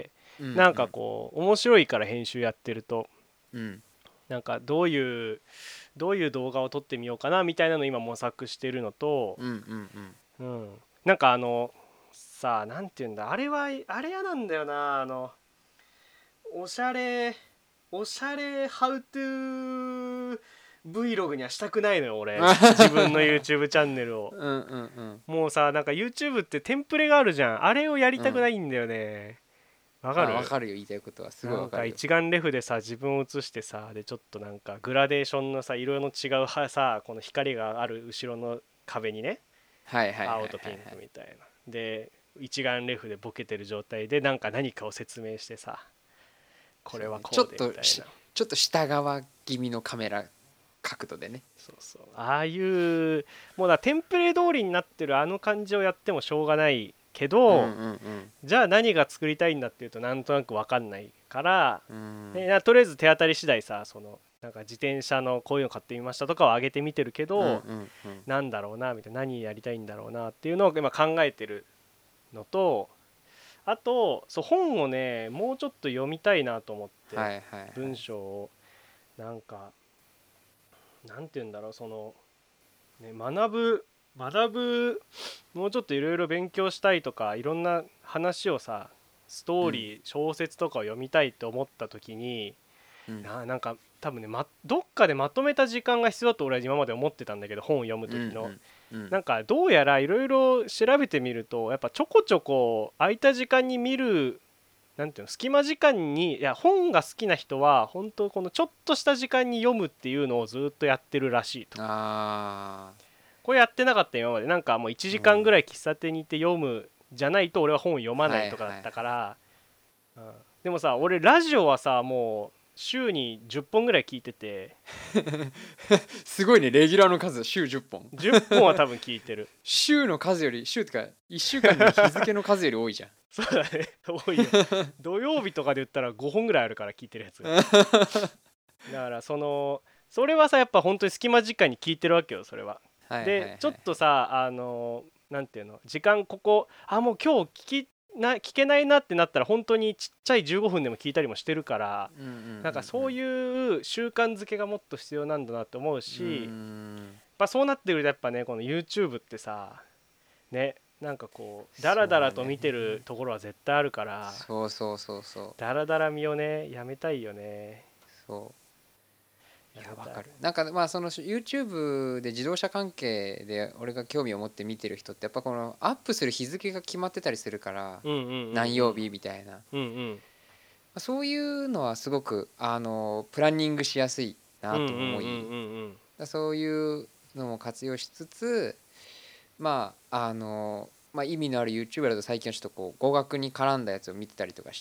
うんなんかこう面白いから編集やってるとうんなんかどういうどういう動画を撮ってみようかなみたいなのを今模索してるのと、 うんうんうんうん、なんかあのさあなんて言うんだあれはあれやなんだよなあのおしゃれおしゃれハウトゥー Vlog にはしたくないのよ俺自分の YouTube チャンネルをうんうんうんもうさなんか YouTube ってテンプレがあるじゃんあれをやりたくないんだよねわ、かある分かるよ言いたいことはすごいなんか分かるよ。 一眼レフでさ自分を映してさでちょっとなんかグラデーションのさ色の違うはさこの光がある後ろの壁にねはいはいはいはい青とピンクみたいなで一眼レフでボケてる状態でなんか何かを説明してさこれはこちょっうでみたいなとしちょっと下側気味のカメラ角度でね。 そうそうああいうもうだテンプレ通りになってるあの感じをやってもしょうがないけど、 うんうんじゃあ何が作りたいんだっていうとなんとなく分かんないから、 うんねなとりあえず手当たり次第さそのなんか自転車のこういうの買ってみましたとかを上げてみてるけど、 うんうんうんなんだろうなみたいな何やりたいんだろうなっていうのを今考えてるのとあとそう本をねもうちょっと読みたいなと思って、 はいはいはい文章をなんかなんて言うんだろうその、ね、学ぶ学ぶもうちょっといろいろ勉強したいとかいろんな話をさストーリー、小説とかを読みたいと思った時にうんななんか多分ね、ま、どっかでまとめた時間が必要だと俺は今まで思ってたんだけど本を読む時の、 うんうんなんかどうやらいろいろ調べてみるとやっぱちょこちょこ空いた時間に見るなんていうの隙間時間にいや本が好きな人は本当このちょっとした時間に読むっていうのをずっとやってるらしいと。 あこれやってなかった今までなんかもういちじかんぐらい喫茶店に行って読むじゃないと俺は本を読まないとかだったから、うん、でもさ俺ラジオはさもう週にじゅっぽんぐらい聞いててーすごいねレギュラーの数週じゅっぽんじゅっぽんは多分聞いてる週の数より週ってかいっしゅうかんの日付の数より多いじゃん。 そうだね多いよ土曜日とかで言ったらごほんぐらいあるから聞いてるやつがだからそのそれはさやっぱ本当に隙間時間に聞いてるわけよそれは。 はいはいはいでちょっとさあのなんていうの時間ここあもう今日聞きな聞けないなってなったら本当にちっちゃいじゅうごふんでも聞いたりもしてるからうんうんうんうんなんかそういう習慣づけがもっと必要なんだなって思うし、 うやっんぱそうなってくるとやっぱねこの YouTube ってさねなんかこうダラダラと見てるところは絶対あるからそうそうそうそうダラダラ見をねやめたいよね。 そういややめたいわかる。なんかまあその YouTube で自動車関係で俺が興味を持って見てる人ってやっぱこのアップする日付が決まってたりするからうんうんうんうん何曜日みたいなうんうんそういうのはすごくあのプランニングしやすいなと思い、 うんうんうんうんうんそういうのも活用しつつまああの、まあ、意味のある YouTuber だと最近はちょっとこう語学に絡んだやつを見てたりとかして、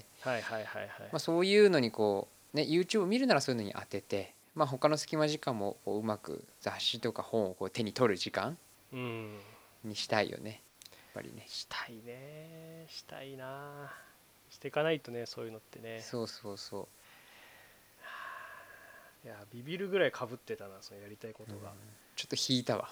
はいはいはいはい、 まあ、そういうのにこう、ね、YouTube を見るならそういうのに当てて、まあ、他の隙間時間もこううまく雑誌とか本をこう手に取る時間うんにしたいよねやっぱりね。 したいねしたいなしていかないとねそういうのってね。 そうそうそいやビビるぐらいかぶってたなそのやりたいことが、 う、うん、ちょっと引いたわ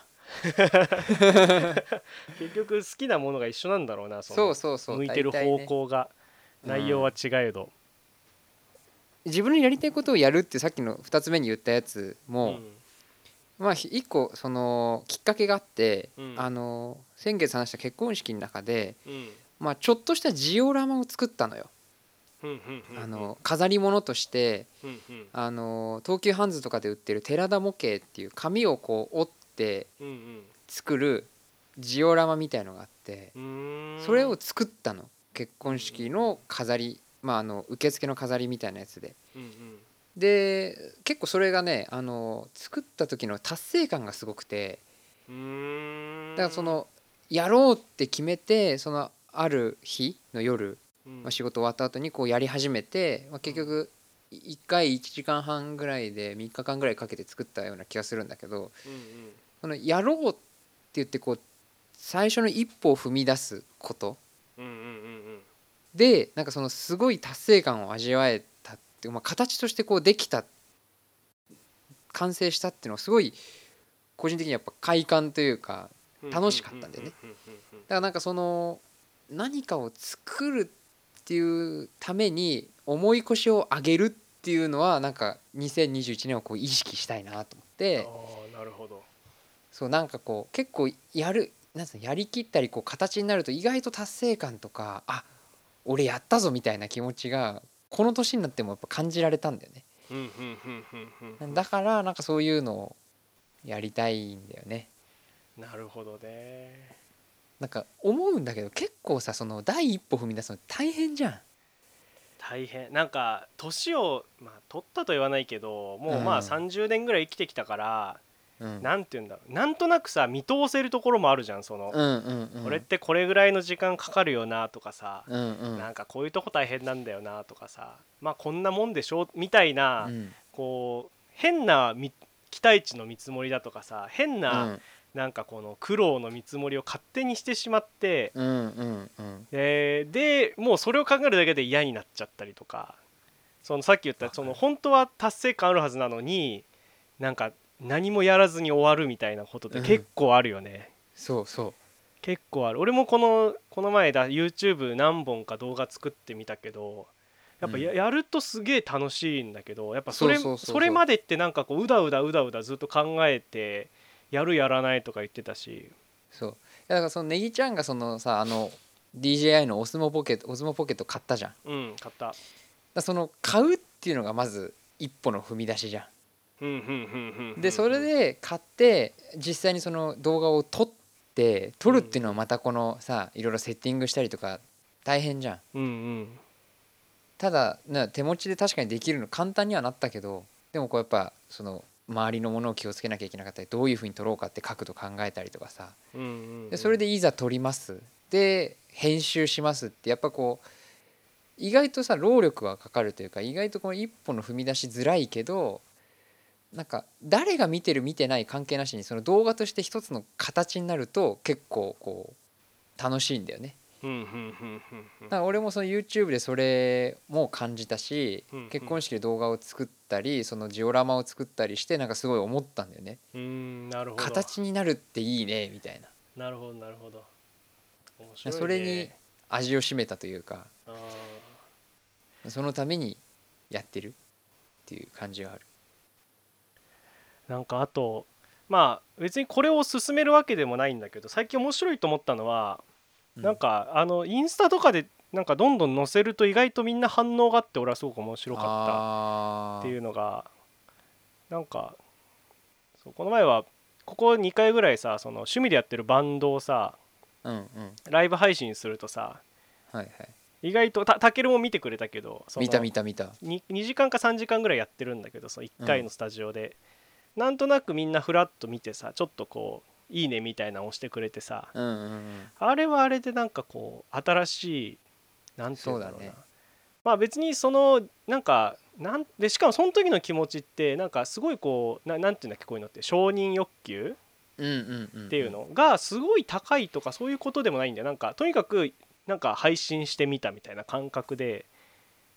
結局好きなものが一緒なんだろうな、そそうのそうそう向いてる大体ね方向が、内容は違えど、 自分のやりたいことをやるってさっきのふたつめに言ったやつも、 うんまあ一個そのきっかけがあって、 うんあの先月話した結婚式の中で、 うんまあ、ちょっとしたジオラマを作ったのよ。 うんうんうんあの飾り物としてうんうんあの東急ハンズとかで売ってる寺田模型っていう紙をこう折ってうん作るジオラマみたいのがあって、 うんうーんそれを作ったの。結婚式の飾り、まあ、あの受付の飾りみたいなやつで。 うんで結構それがねあの作った時の達成感がすごくて、 うんうーんだからそのやろうって決めてそのある日の夜、 うんまあ、仕事終わった後にこうやり始めて、まあ、結局いっかいいちじかんはんぐらいでみっかかんぐらいかけて作ったような気がするんだけど、 うんそのやろうって言ってこう最初の一歩を踏み出すことうんうんうんうんでなんかそのすごい達成感を味わえたっていう、まあ、形としてこうできた完成したっていうのはすごい個人的にやっぱ快感というかうん楽しかったんだよね。 うんうんだからなんかその何かを作るっていうために重い腰を上げるっていうのはなんかにせんにじゅういちねんをこう意識したいなと思ってああなるほどそうなんかこう結構やるなんつうのやりきったりこう形になると意外と達成感とかあ俺やったぞみたいな気持ちがこの年になってもやっぱ感じられたんだよね。 うんうんうんうんうんだからなんかそういうのをやりたいんだよね。 なるほどね。 なんか思うんだけど結構さその第一歩踏み出すの大変じゃん。 大変なんか年を、まあ、取ったと言わないけどもうまあうんさんじゅうねんぐらい生きてきたから、 うんなんて言うんだろうなんとなくさ見通せるところもあるじゃんその、 うんうんうんこれってこれぐらいの時間かかるよなとかさ、 うんうんなんかこういうとこ大変なんだよなとかさまあこんなもんでしょみたいな、 うんこう変なみ期待値の見積もりだとかさ変うな、 んなんかこの苦労の見積もりを勝手にしてしまって、 うんうんうんえーでもうそれを考えるだけで嫌になっちゃったりとか、そのさっき言ったその本当は達成感あるはずなのになんか何もやらずに終わるみたいなことって結構あるよね、 そうそ結構ある。俺もこのこの前だ YouTube 何本か動画作ってみたけどやっぱや,、 うんやるとすげえ楽しいんだけどやっぱそれそうそうそうそうそれまでってなんかこううだうだうだうだずっと考えてやるやらないとか言ってたし、 うそういやだからそのネギちゃんがそのさあの ディージェーアイ のオスモポケットオスモポケット買ったじゃん。だかうん買ったらその買うっていうのがまず一歩の踏み出しじゃうんうんうんうんうんん。でそれで買って実際にその動画を撮って撮るっていうのはまたこのさいろいろセッティングしたりとか大変じゃん。 うんうんただな手持ちで確かにできるの簡単にはなったけどでもこうやっぱその周りのものを気をつけなきゃいけなかったりどういうふうに撮ろうかって角度考えたりとかさうんうんうんでそれでいざ撮りますで編集しますってやっぱこう意外とさ労力はかかるというか意外とこの一歩の踏み出しづらいけどなんか誰が見てる見てない関係なしにその動画として一つの形になると結構こう楽しいんだよね。 うんうんうんうんうんだから俺もその YouTube でそれも感じたしうんうん結婚式で動画を作ったりそのジオラマを作ったりしてなんかすごい思ったんだよね。 うーんなるほど形になるっていいねみたいななるほどなるほど面白いね。 それに味を占めたというかあそのためにやってるっていう感じがある。 ーなんかあとまあ別にこれを勧めるわけでもないんだけど最近面白いと思ったのは、 うんなんかあのインスタとかでなんかどんどん載せると意外とみんな反応があって俺はすごく面白かったあっていうのがなんかそうこの前はここにかいぐらいさその趣味でやってるバンドをさーうんうんライブ配信するとさはいはい意外とたたけるも見てくれたけどその見た見た見たに, にじかんかさんじかんぐらいやってるんだけどそのいっかいのスタジオで、なんとなくみんなフラッと見てさちょっとこういいねみたいなの押してくれてさ、 うんうんうんあれはあれでなんかこう新しいなんていうんだろうなそうだねまあ別にそのなんかなんでしかもその時の気持ちってなんかすごいこうななんていうんだっけこういうのって承認欲求うんうんうんっていうのがすごい高いとかそういうことでもないんだよ。なんかとにかくなんか配信してみたみたいな感覚で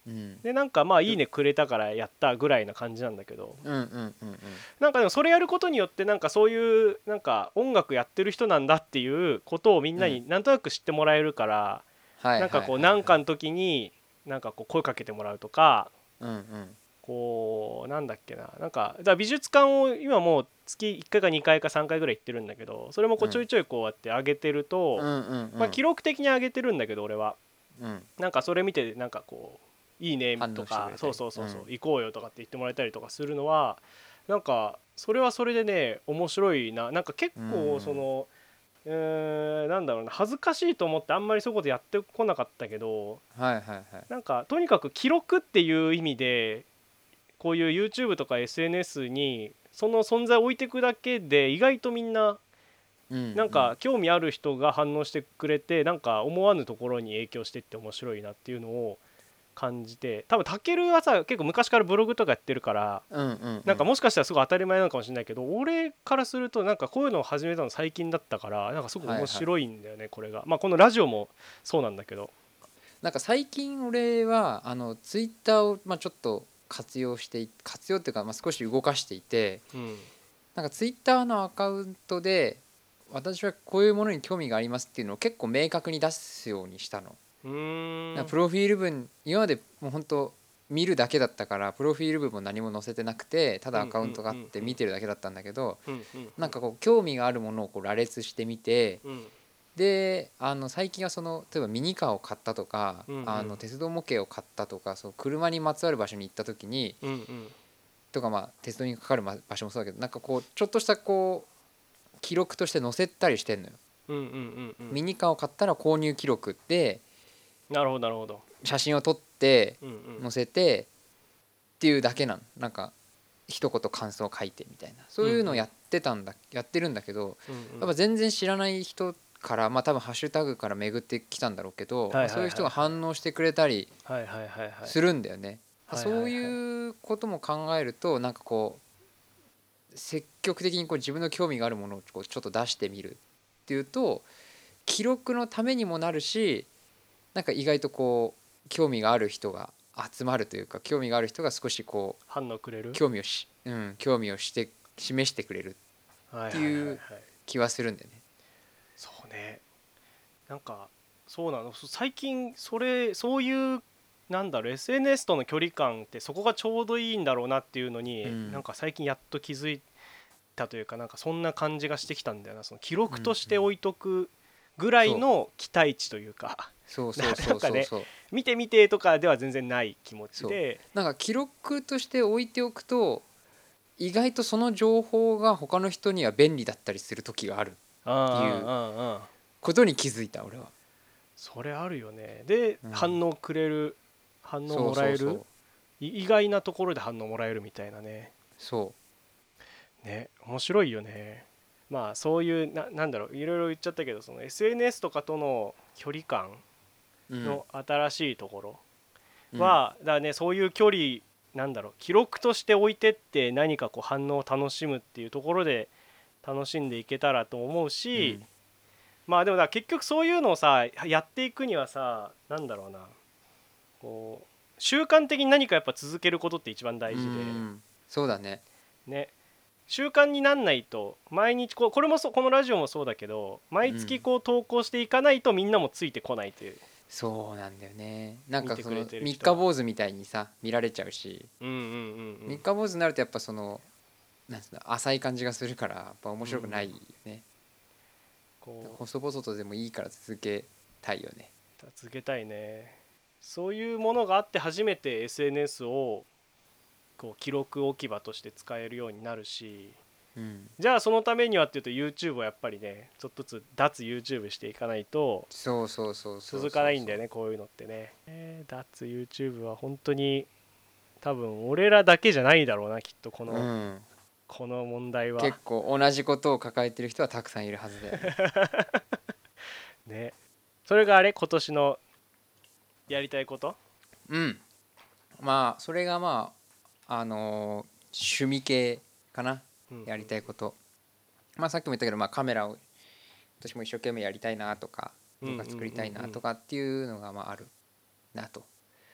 うん、 でなんかまあいいねくれたからやったぐらいな感じなんだけど、 うんうんうんうんなんかでもそれやることによってなんかそういうなんか音楽やってる人なんだっていうことをみんなになんとなく知ってもらえるから、 はいなんかこうはいはいはい何かの時になんかこう声かけてもらうとか、 うんうんこうなんだっけな、なんかだから美術館を今もう月いっかいかにかいかさんかいぐらい行ってるんだけど、それもこうちょいちょいこうやって上げてると、 うんうんうんまあ記録的に上げてるんだけど俺はうんなんかそれ見てなんかこういいね反と応してくれたりかそうそうそうそう、 うん行こうよとかって言ってもらえたりとかするのはなんかそれはそれでね面白いな。なんか結構そのうーんなんだろうな、恥ずかしいと思ってあんまりそういうことやってこなかったけど、 はいはいはいなんかとにかく記録っていう意味でこういう YouTube とか エスエヌエス にその存在を置いていくだけで意外とみんなうんなんか興味ある人が反応してくれて、なんか思わぬところに影響してって面白いなっていうのを感じて、多分タケルはさ結構昔からブログとかやってるから、 うんうんなんかもしかしたらすごい当たり前なのかもしれないけど、俺からするとなんかこういうのを始めたの最近だったから、なんかすごい面白いんだよねこれが。まあこのラジオもそうなんだけど、 なんか最近俺はあのツイッターをまあちょっと活用してい活用っていうかまあ少し動かしていて、 うんなんかツイッターのアカウントで私はこういうものに興味がありますっていうのを結構明確に出すようにしたの。 うーんなんかプロフィール文今までもう本当見るだけだったからプロフィール文も何も載せてなくてただアカウントがあって見てるだけだったんだけど、 うんうんなんかこう興味があるものをこう羅列してみて、 うんであの最近はその例えばミニカーを買ったとか、 うんうんあの鉄道模型を買ったとか、そう車にまつわる場所に行った時にうんうんとか、まあ鉄道にかかる場所もそうだけど、なんかこうちょっとしたこう記録として載せたりしてんのよ。 うんうんうんうんミニカーを買ったら購入記録でなるほどなるほど。 写真を撮ってうんうん載せてっていうだけなの。なんか一言感想を書いてみたいな、そういうのをやってたんだ、やってるんだけど、 うんうんやっぱ全然知らない人からまあ多分ハッシュタグから巡ってきたんだろうけど、 はいはいはいはいそういう人が反応してくれたりはいはいはいはいするんだよね。 はいそういうことも考えるとなんかこう積極的にこう自分の興味があるものをこうちょっと出してみるっていうと記録のためにもなるし、なんか意外とこう興味がある人が集まるというか、興味がある人が少しこう反応くれる興味をし、うん、興味をして示してくれるっていう気はするんだよね。 そうね、なんかそうなの、最近それそういうなんだろう エスエヌエス との距離感ってそこがちょうどいいんだろうなっていうのに、 うん、 なんか最近やっと気づいたというか、なんかそんな感じがしてきたんだよな。その記録として置いとくぐらいの期待値というか、 そうそうそうそうそう、 見て見てとかでは全然ない気持ちで、 なんか記録として置いておくと意外とその情報が他の人には便利だったりする時があるっていうことに気づいた俺は。 それあるよね。で、 うん、 反応くれる、反応もらえる、 そうそうそう、 意外なところで反応もらえるみたいなね。 そうね、面白いよね。まあそういうな、なんだろう、いろいろ言っちゃったけど、その エスエヌエス とかとの距離感の新しいところは、うん、だからね、そういう距離なんだろう、記録として置いてって何かこう反応を楽しむっていうところで楽しんでいけたらと思うし、うん、まあでもだ結局そういうのをさやっていくにはさ、なんだろうな、こう習慣的に何かやっぱ続けることって一番大事で、うん、 そうだね。 ね、習慣になんないと毎日こう、これもそこのラジオもそうだけど毎月こう投稿していかないとみんなもついてこないという、うん、 そうなんだよね。なんかその三日坊主みたいにさ見られちゃうし、うんうんうんうん、三日坊主になるとやっぱそのなんつうの浅い感じがするからやっぱ面白くないよね、うん、こう細々とでもいいから続けたいよね。 続けたいね。そういうものがあって初めて エスエヌエス をこう記録置き場として使えるようになるし、うん、じゃあそのためにはっていうと YouTube はやっぱりねちょっとずつ脱 YouTube していかないと続かないんだよね、こういうのってね。えー、脱 YouTube は本当に多分俺らだけじゃないだろうなきっとこの、うん、この問題は結構同じことを抱えてる人はたくさんいるはずだよね。 ね、それがあれ今年のやりたいこと？ うん、まあそれがまああのー、趣味系かな、うんうん、やりたいこと。まあさっきも言ったけど、まあ、カメラを私も一生懸命やりたいなとか動画作りたいなとかっていうのがまああるなと。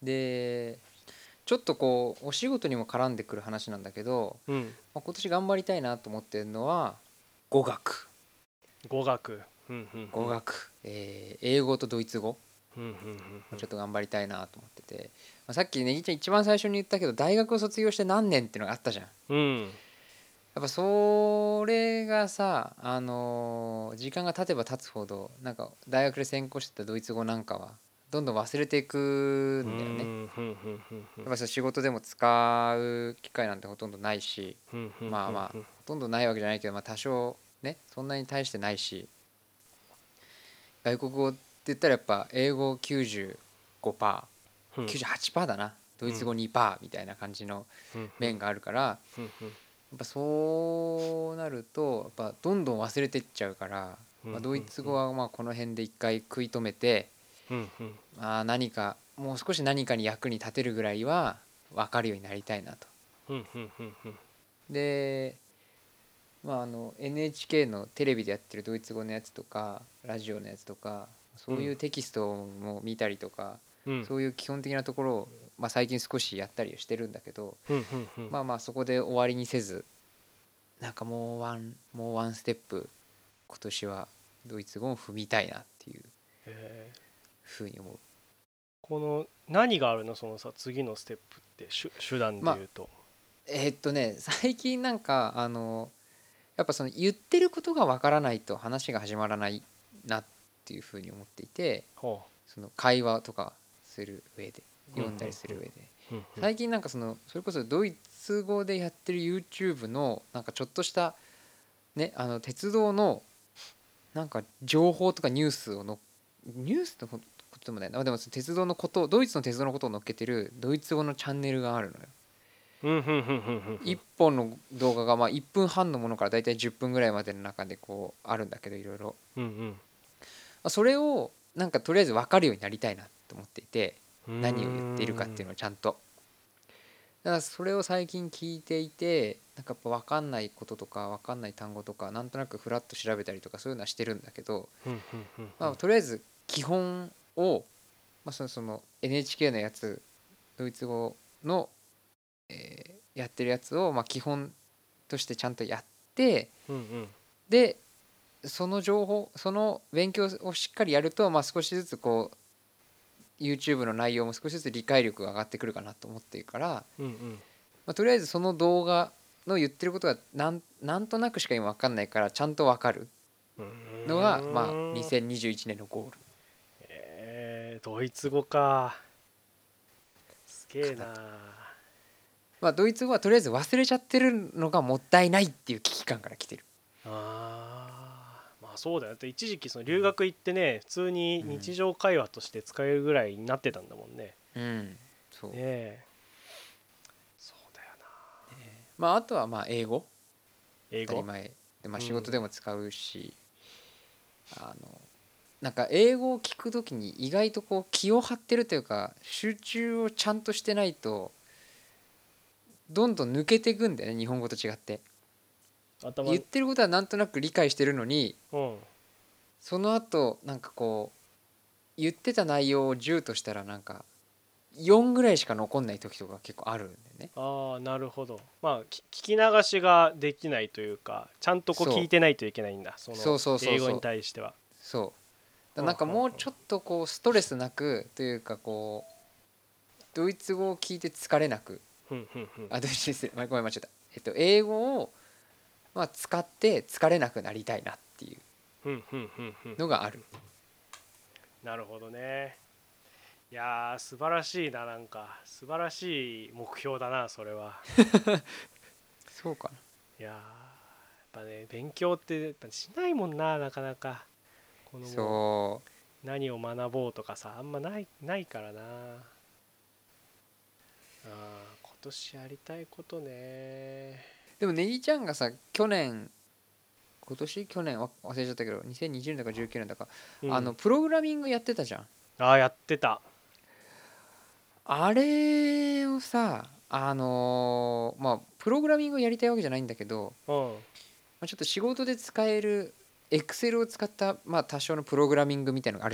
でちょっとこうお仕事にも絡んでくる話なんだけど、 うんまあ、今年頑張りたいなと思ってるのは語学語学うんうんうん語学、えー英語とドイツ語うんうんうんちょっと頑張りたいなと思ってて、まあ、さっきねぎちゃん一番最初に言ったけど大学を卒業して何年っていうのがあったじゃん。 うんやっぱそれがさ、あのー時間が経てば経つほどなんか大学で専攻してたドイツ語なんかはどんどん忘れていくうんんだよね。 うんうんうんやっぱそう仕事でも使う機会なんてほとんどないし、 うんうんまあまあほとんどないわけじゃないけど、まあ、多少ねそんなに対してないし、外国語って言ったらやっぱ英語 きゅうじゅうごパーセント、 うんきゅうじゅうはちパーセント だな、ドイツ語 にパーセント みたいな感じの面があるから、やうんうんっぱそうなるとやっぱどんどん忘れてっちゃうから、 うんまあ、ドイツ語はまあこの辺で一回食い止めて、 うんうんまあ何かもう少し何かに役に立てるぐらいは分かるようになりたいなと。 うんうんうんうんで、まあ、あの エヌエイチケー のテレビでやってるドイツ語のやつとかラジオのやつとかそういうテキストも見たりとか、 うんそういう基本的なところを、まあ、最近少しやったりしてるんだけど、 うんうんうんまあまあそこで終わりにせずなんかもうワンもうワンステップ今年はドイツ語を踏みたいなっていうえーふうに思う。 この何があるのそのさ次のステップって手手段で言うと、 えーっとね最近なんかあのやっぱその言ってることがわからないと話が始まらないなっていうふうに思っていて、 ほその会話とかする上でうん読んだりする上でううんうん最近なんかそのそれこそドイツ語でやってる YouTube のなんかちょっとしたねあの鉄道のなんか情報とかニュースをのニュースのことでもないな、でも鉄道のことドイツの鉄道のことを載っけてるドイツ語のチャンネルがあるのよ。 うんうんうんうんうんいっぽんの動画がまあいっぷんはんのものからだいたいじゅっぷんぐらいまでの中でこうあるんだけどいろいろうんそれをなんかとりあえず分かるようになりたいなと思っていて、 うん何を言っているかっていうのをちゃんとだからそれを最近聞いていてなんかやっぱ分かんないこととか分かんない単語とかなんとなくフラッと調べたりとかそういうのはしてるんだけど、 うんうんうんまあ、とりあえず基本を、まあ、そのその エヌエイチケー のやつドイツ語の、えーやってるやつをまあ基本としてちゃんとやってうんうんでその情報その勉強をしっかりやると、まあ、少しずつこう YouTube の内容も少しずつ理解力が上がってくるかなと思っているから、 うんうんまあ、とりあえずその動画の言ってることがなんなんとなくしか今分かんないからちゃんと分かるうんのが、まあ、にせんにじゅういちねんのゴールえー、ドイツ語かすげえな。 まあ、ドイツ語はとりあえず忘れちゃってるのがもったいないっていう危機感から来てる。 あーまあそうだよ。だって一時期その留学行ってね普通に日常会話として使えるぐらいになってたんだもんね。 うんそうねえそうだよな。 まあ、あとはまあ英語英語当たり前で、まあ、仕事でも使うし、あのなんか英語を聞くときに意外とこう気を張ってるというか集中をちゃんとしてないとどんどん抜けていくんだよね日本語と違って。 頭言ってることはなんとなく理解してるのにうんその後なんかこう言ってた内容をじゅうとしたらなんかよんぐらいしか残んない時とか結構あるんだよね。 ああなるほど。まあき聞き流しができないというかちゃんとこうそう聞いてないといけないんだそのそうそうそうそう英語に対しては。 そうだからなんかもうちょっとこうストレスなくというかこうドイツ語を聞いて疲れなくうんうんうんあドイツですごめん間違えた、えっと、英語をまあ使って疲れなくなりたいなっていううんうんうんうんのがある。 なるほどね。いやー素晴らしいな。なんか素晴らしい目標だなそれは。 そうかいやーやっぱね勉強ってやっぱしないもんななかなか。このな。 もうそ何を学ぼうとかさあんまないないからな。あー今年やりたいことね。 うでもネギちゃんがさ去年今年去年わ忘れちゃったけどにせんにじゅうねんだかじゅうきゅうねんだか、 うんあのプログラミングやってたじゃん。 あーやってた。 あれをさあのーまあプログラミングをやりたいわけじゃないんだけど、 うんまあ、ちょっと仕事で使えるエクセルを使った、まあ、多少のプログラミングみたいのがあるじゃん。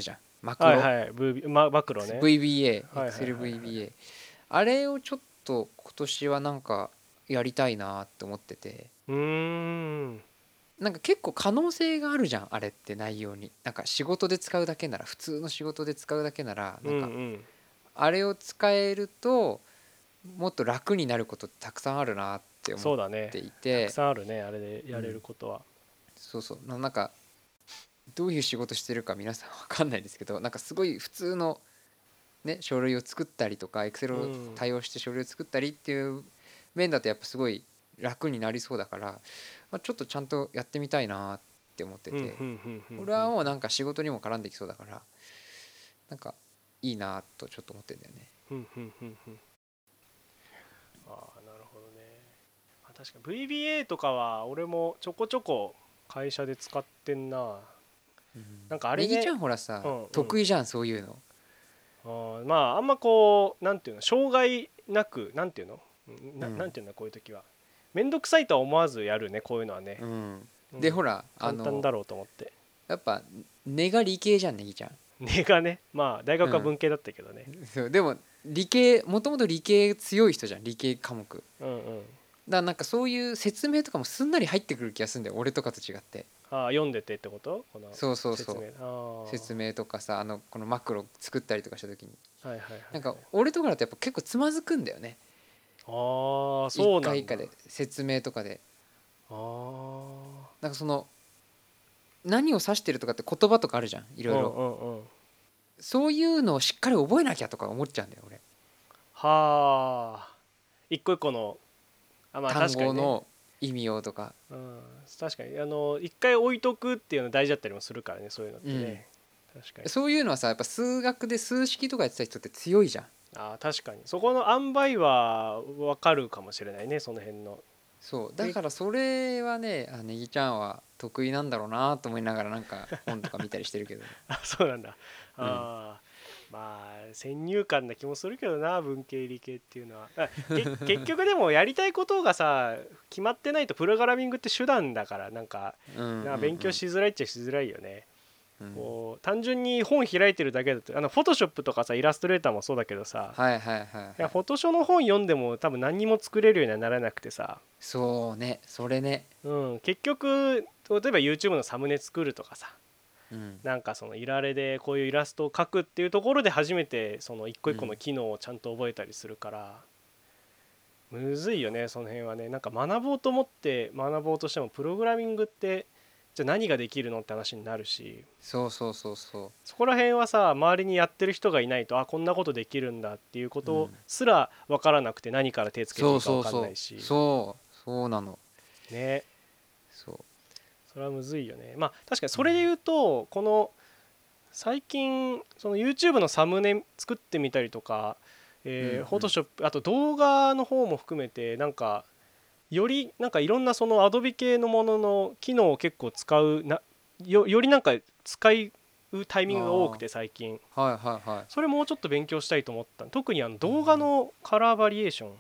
マクロ、 はいはい、v、マ, マクロね。 ブイビーエー、 はいはいはいはい Excel ブイビーエー、 あれをちょっと今年はなんかやりたいなって思ってて、 うーんなんか結構可能性があるじゃんあれって内容に。なんか仕事で使うだけなら、普通の仕事で使うだけなら、 うなんかんあれを使えるともっと楽になることってたくさんあるなってうん、 思っそうだね、 ていたくて、 さんあるねあれでやれることは。 そうそうな、なんかどういう仕事してるか皆さん分かんないですけど、なんかすごい普通のね書類を作ったりとか Excel をうん対応して書類を作ったりっていう面だとやっぱすごい楽になりそうだから、まあ、ちょっとちゃんとやってみたいなって思ってうんうんて、 うんうん俺はもうなんか仕事にも絡んできそうだから、なんかいいなとちょっと思ってんだよね。 うんうんうんうん、ああなるほどね。あ確か ブイビーエー とかは俺もちょこちょこ会社で使ってんな。 うん、 なんかあれね、 ネギちゃんほらさ、 うんうん、 得意じゃんそういうの。 あーまああんまこうなんていうの障害なくなんていうのな、 うんなんていうんだこういう時はめんどくさいとは思わずやるねこういうのはね、 うん、 うん、 でほらあの簡単だろうと思って。 やっぱ根が理系じゃんネギちゃん。 根がねまあ大学はうん文系だったけどね。 そうでも理系もともと理系強い人じゃん、理系科目だかうんうん、 らなんかそういう説明とかもすんなり入ってくる気がするんだよ俺とかと違って。 ああ読んでてってことこのそうそうそう説明。ああ説明とかさ、あのこのマクロ作ったりとかした時にはいはいはい、 なんか俺とかだとやっぱ結構つまずくんだよね。 ああ一そうなんだ。 回一回で説明とかでああなんかその何を指してるとかって言葉とかあるじゃんいろいろ、 うんうんうん、 そういうのをしっかり覚えなきゃとか思っちゃうんだよ俺。 はあ一個一個のあまあ単確かにね、 語の意味をとか、 うん、確かにあの一回置いとくっていうの大事だったりもするからねそういうのってね、うん、確かにそういうのはさやっぱ数学で数式とかやってた人って強いじゃん。 あ確かにそこの塩梅は分かるかもしれないねその辺の。 そうだからそれはねあネギちゃんは得意なんだろうなと思いながらなんか本とか見たりしてるけど、ね、 あそうなんだ。 うん、 あまあ先入観な気もするけどな文系理系っていうのは結局でもやりたいことがさ決まってないとプログラミングって手段だからなんか、 うんうんうん、 な勉強しづらいっちゃしづらいよね。 うん、 こう単純に本開いてるだけだとあのフォトショップとかさイラストレーターもそうだけどさ、 はいはいはい、はい、 いやフォトショーの本読んでも多分何にも作れるようにはならなくてさ、 そうねそれね、 うん、結局例えば YouTube のサムネ作るとかさうん、 なんかそのいられでこういうイラストを描くっていうところで初めてその一個一個の機能をちゃんと覚えたりするから、うん、むずいよねその辺はね。なんか学ぼうと思って学ぼうとしてもプログラミングってじゃあ何ができるのって話になるし、 そうそうそうそう、 そこら辺はさ周りにやってる人がいないとあこんなことできるんだっていうことすら分からなくて何から手つけていいか分かんないし、 そうそうそうそうなのね、 そうそれはむずいよね。まあ確かにそれで言うとこの最近その YouTube のサムネ作ってみたりとか、えー、Photoshop あと動画の方も含めてなんかよりなんかいろんなその Adobe 系のものの機能を結構使うな よ, よりなんか使うタイミングが多くて最近、 はいはいはい、 それもうちょっと勉強したいと思った。特にあの動画のカラーバリエーション、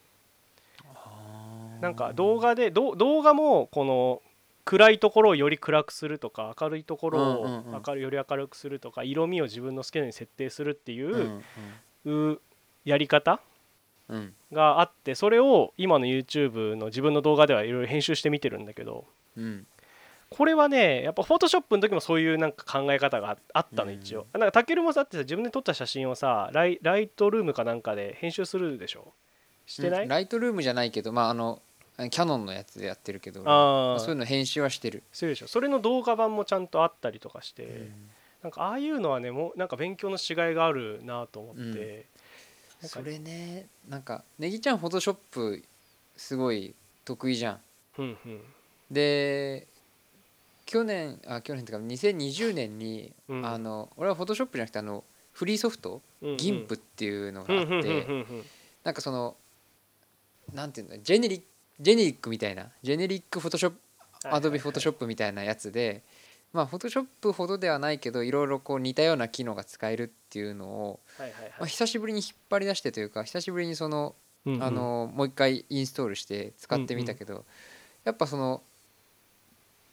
なんか動画でど動画もこの暗いところをより暗くするとか明るいところを明るより明るくするとか色味を自分の好きなように設定するっていう、うん、やり方があって、それを今の YouTube の自分の動画ではいろいろ編集してみてるんだけど、うん、これはねやっぱ Photoshop の時もそういうなんか考え方があったの一応。なんかタケルもさってさ自分で撮った写真をさライ、ライトルームかなんかで編集するでしょ。してない、 うん、ライトルームじゃないけどまああのキャノンのやつでやってるけど、あそういうの編集はしてるするでしょ。それの動画版もちゃんとあったりとかして、うん、なんかああいうのはねもうなんか勉強のしがいがあるなと思って、 うん、それねなんかネギちゃんフォトショップすごい得意じゃん、うんうん、で去年あ去年っていうかにせんにじゅうねんに、うん、あの俺はフォトショップじゃなくてあのフリーソフト、うんうん、ギンプっていうのがあって、なんかそのなんていうんだジェネリックジェネリックみたいなジェネリックフォトショップアドビフォトショップみたいなやつで、まあフォトショップほどではないけどいろいろこう似たような機能が使えるっていうのを、はいはいはい、まあ、久しぶりに引っ張り出してというか久しぶりにその、うんうん、あのもう一回インストールして使ってみたけど、うんうん、やっぱその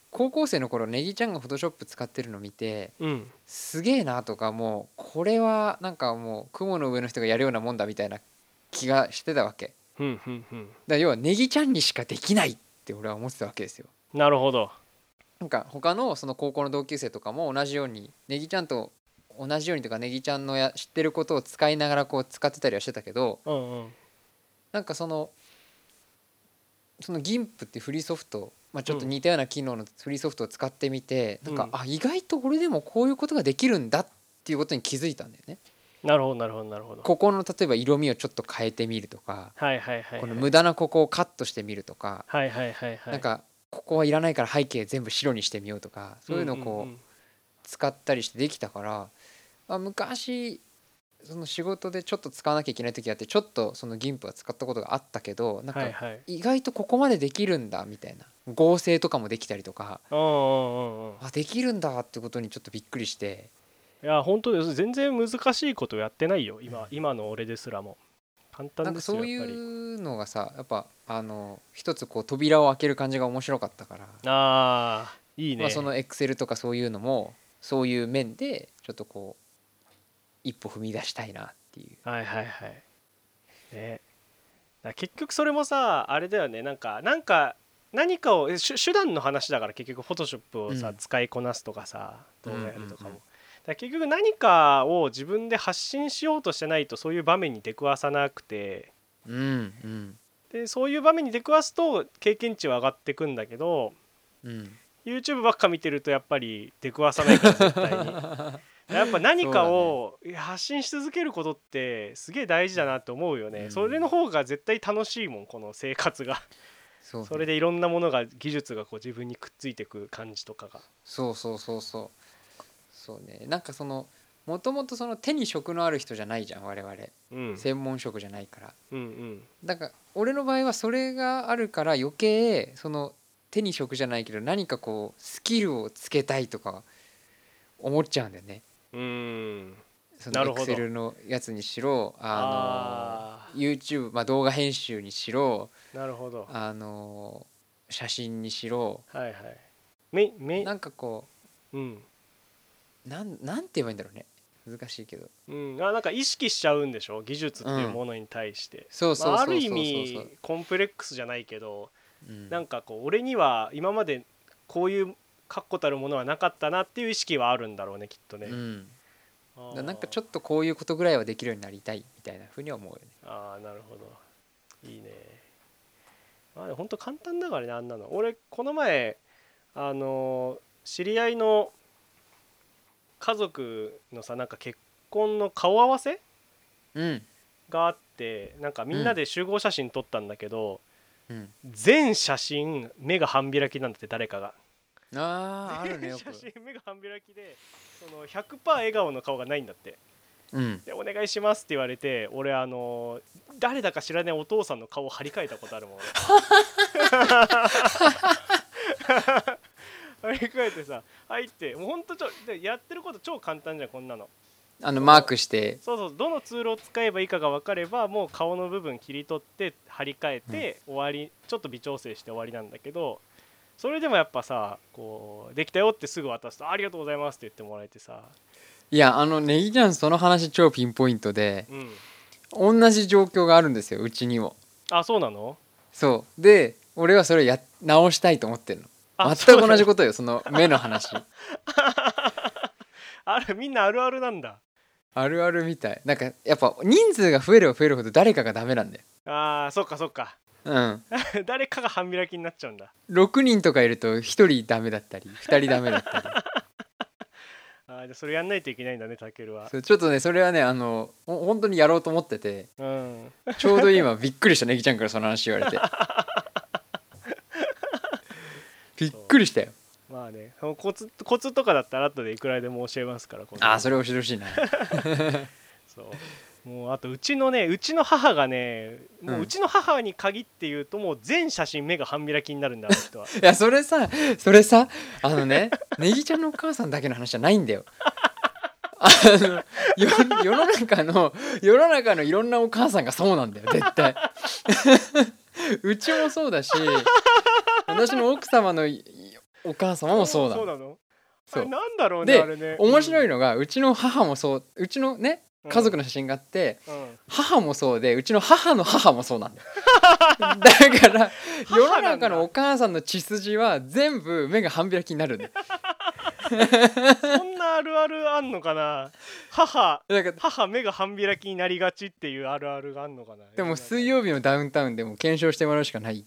高校生の頃ネギちゃんがフォトショップ使ってるの見て、 うん、 すげえなとか、もうこれはなんかもう雲の上の人がやるようなもんだみたいな気がしてたわけ。 ふんふんふん。 だから要はネギちゃんにしかできないって俺は思ってたわけですよ。 なるほど。 なんか他のその高校の同級生とかも同じようにネギちゃんと同じようにとかネギちゃんのや知ってることを使いながらこう使ってたりはしてたけど、 うんうん、 なんかそのその ギンプ っていうフリーソフト、まあ、ちょっと似たような機能のフリーソフトを使ってみて、うん、なんかあ意外と俺でもこういうことができるんだっていうことに気づいたんだよね。 なるほどなるほどなるほど。 ここの例えば色味をちょっと変えてみるとか、 はいはいはいはい、 この無駄なここをカットしてみるとか、 はいはいはいはい、 なんかここはいらないから背景全部白にしてみようとか、そういうのをこう使ったりしてできたから、あ昔その仕事でちょっと使わなきゃいけない時あってちょっとその ギンプ は使ったことがあったけど、なんか意外とここまでできるんだみたいな、合成とかもできたりとか、あできるんだってことにちょっとびっくりして。 いや本当です全然難しいことやってないよ今、今の俺ですらも簡単ですよ。 なんかそういうのがさやっぱあの一つこう扉を開ける感じが面白かったから、 あーいいね、 まあ、その Excel とかそういうのもそういう面でちょっとこう一歩踏み出したいなっていう。 はいはいはいね、結局それもさあれだよね、なんかなんか何かを手段の話だから結局フォトショップをさ、うん、使いこなすとかさ動画やるとかも、うんうんうん、だから結局何かを自分で発信しようとしてないとそういう場面に出くわさなくて、 うんうん、 でそういう場面に出くわすと経験値は上がってくんだけど、うん、YouTube ばっか見てるとやっぱり出くわさないから絶対にやっぱ何かを発信し続けることってすげえ大事だなって思うよね、うん、それの方が絶対楽しいもんこの生活がそう、ね、それでいろんなものが技術がこう自分にくっついてく感じとかがそうそうそうそうそうね、なんかそのもともとその手に職のある人じゃないじゃん我々、うん、専門職じゃないから、うんうん、だから俺の場合はそれがあるから余計その手に職じゃないけど何かこうスキルをつけたいとか思っちゃうんだよね。うーんその Excel のやつにしろあの YouTube、まあ、動画編集にしろなるほどあの写真にしろ、 はいはいめめなんかこう、うん、なんなんて言えばいいんだろうね、難しいけど、 うん、あなんか意識しちゃうんでしょ技術っていうものに対して、ある意味コンプレックスじゃないけど、うん、なんかこう俺には今までこういう確固たるものはなかったなっていう意識はあるんだろうねきっとね、うん、 だなんかちょっとこういうことぐらいはできるようになりたいみたいなふうには思うよね。 ああなるほどいいね。まあほんと簡単だからねあんなの。俺この前あの知り合いの家族のさなんか結婚の顔合わせ、うん、があってなんかみんなで集合写真撮ったんだけど、うん、全写真目が半開きなんだって誰かが。 あああるねよく写真目が半開きでその ひゃくパーセント 笑顔の顔がないんだって、うん、でお願いしますって言われて俺あの誰だか知らないお父さんの顔を張り替えたことあるもん張り替えてさ入ってもうほんとちょやってること超簡単じゃんこんなの。 あのマークしてそうそうどのツールを使えばいいかが分かればもう顔の部分切り取って張り替えて終わり、うん、ちょっと微調整して終わりなんだけどそれでもやっぱさこうできたよってすぐ渡すとありがとうございますって言ってもらえてさ。 いやあのネギちゃんその話超ピンポイントで、うん、同じ状況があるんですようちにも。 あそうなの。 そうで俺はそれをや直したいと思ってるの。全く同じことよその目の話あれみんなあるあるなんだ。 あるあるみたい。なんかやっぱ人数が増えれば増えるほど誰かがダメなんだよ。 あーそっかそっかうん誰かが半開きになっちゃうんだ。 ろくにんとかいるとひとりダメだったりふたりダメだったりあじゃそれやんないといけないんだねたけるは。 そうちょっとねそれはねあの本当にやろうと思ってて、うん、ちょうど今びっくりしたネギちゃんからその話言われてびっくりしたよ。 まあねコツコツとかだったら後でいくらでも教えますから。 ああそれ教えてほしいなそうもうあとうちのねうちの母がねもううちの母に限って言うともう全写真目が半開きになるんだあの人は。 いやそれさそれさあのねネギちゃんのお母さんだけの話じゃないんだよあの世の中の世の中のいろんなお母さんがそうなんだよ絶対うちもそうだし私の奥様のお母様もそうだ。 そうなの。 そうあれなんだろうねであれね。 面白いの、 のがうちの母もそう、うちのね家族の写真があって、 うんうん、 母もそうでうちの母の母もそうなんだよだから世の中のお母さんの血筋は全部目が半開きになるんだよそんなあるあるあんのかな。母だから母目が半開きになりがちっていうあるあるがあんのかな。 でも水曜日のダウンタウンでも検証してもらうしかない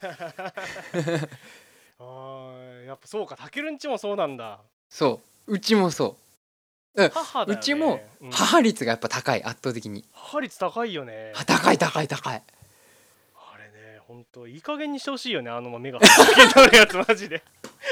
あーやっぱそうか、たけるんちもそうなんだ。 そううちもそううん母だよね。 うちもうん母率がやっぱ高い、圧倒的に母率高いよね。 あ高い高い高いあれね、ほんといい加減にしてほしいよね、あの目が半開きになるやつマジで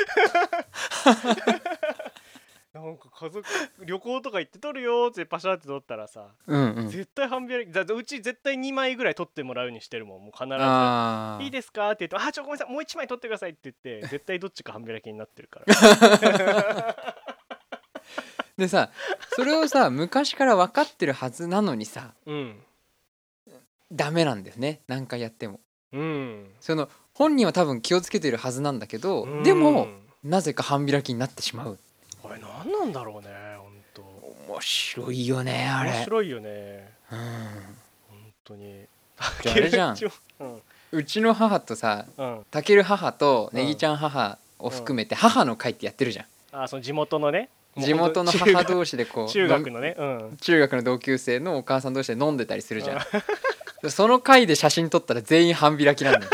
なんか家族旅行とか行って撮るよーってパシャって撮ったらさ、 うんうん絶対半開きだ、うち絶対にまいぐらい撮ってもらうようにしてるもん。もう必ずあいいですかって言うと、あちょごめんなさいもういちまい撮ってくださいって言って絶対どっちか半開きになってるからでさそれをさ昔から分かってるはずなのにさうんダメなんだよね、何回やっても。 うんその本人は多分気をつけてるはずなんだけど、 うんでもなぜか半開きになってしまう。 あれ何なんだろうね、ほんと面白いよねあれ。 面白いよねうん本当に。 じゃああれじゃんうんうちの母とさうんたける母とネギちゃん母を含めて母の会ってやってるじゃん。 あ、その地元のね、 地元の母同士でこう中学のね、うん、 中学の同級生のお母さん同士で飲んでたりするじゃんその回で写真撮ったら全員半開きなんだよ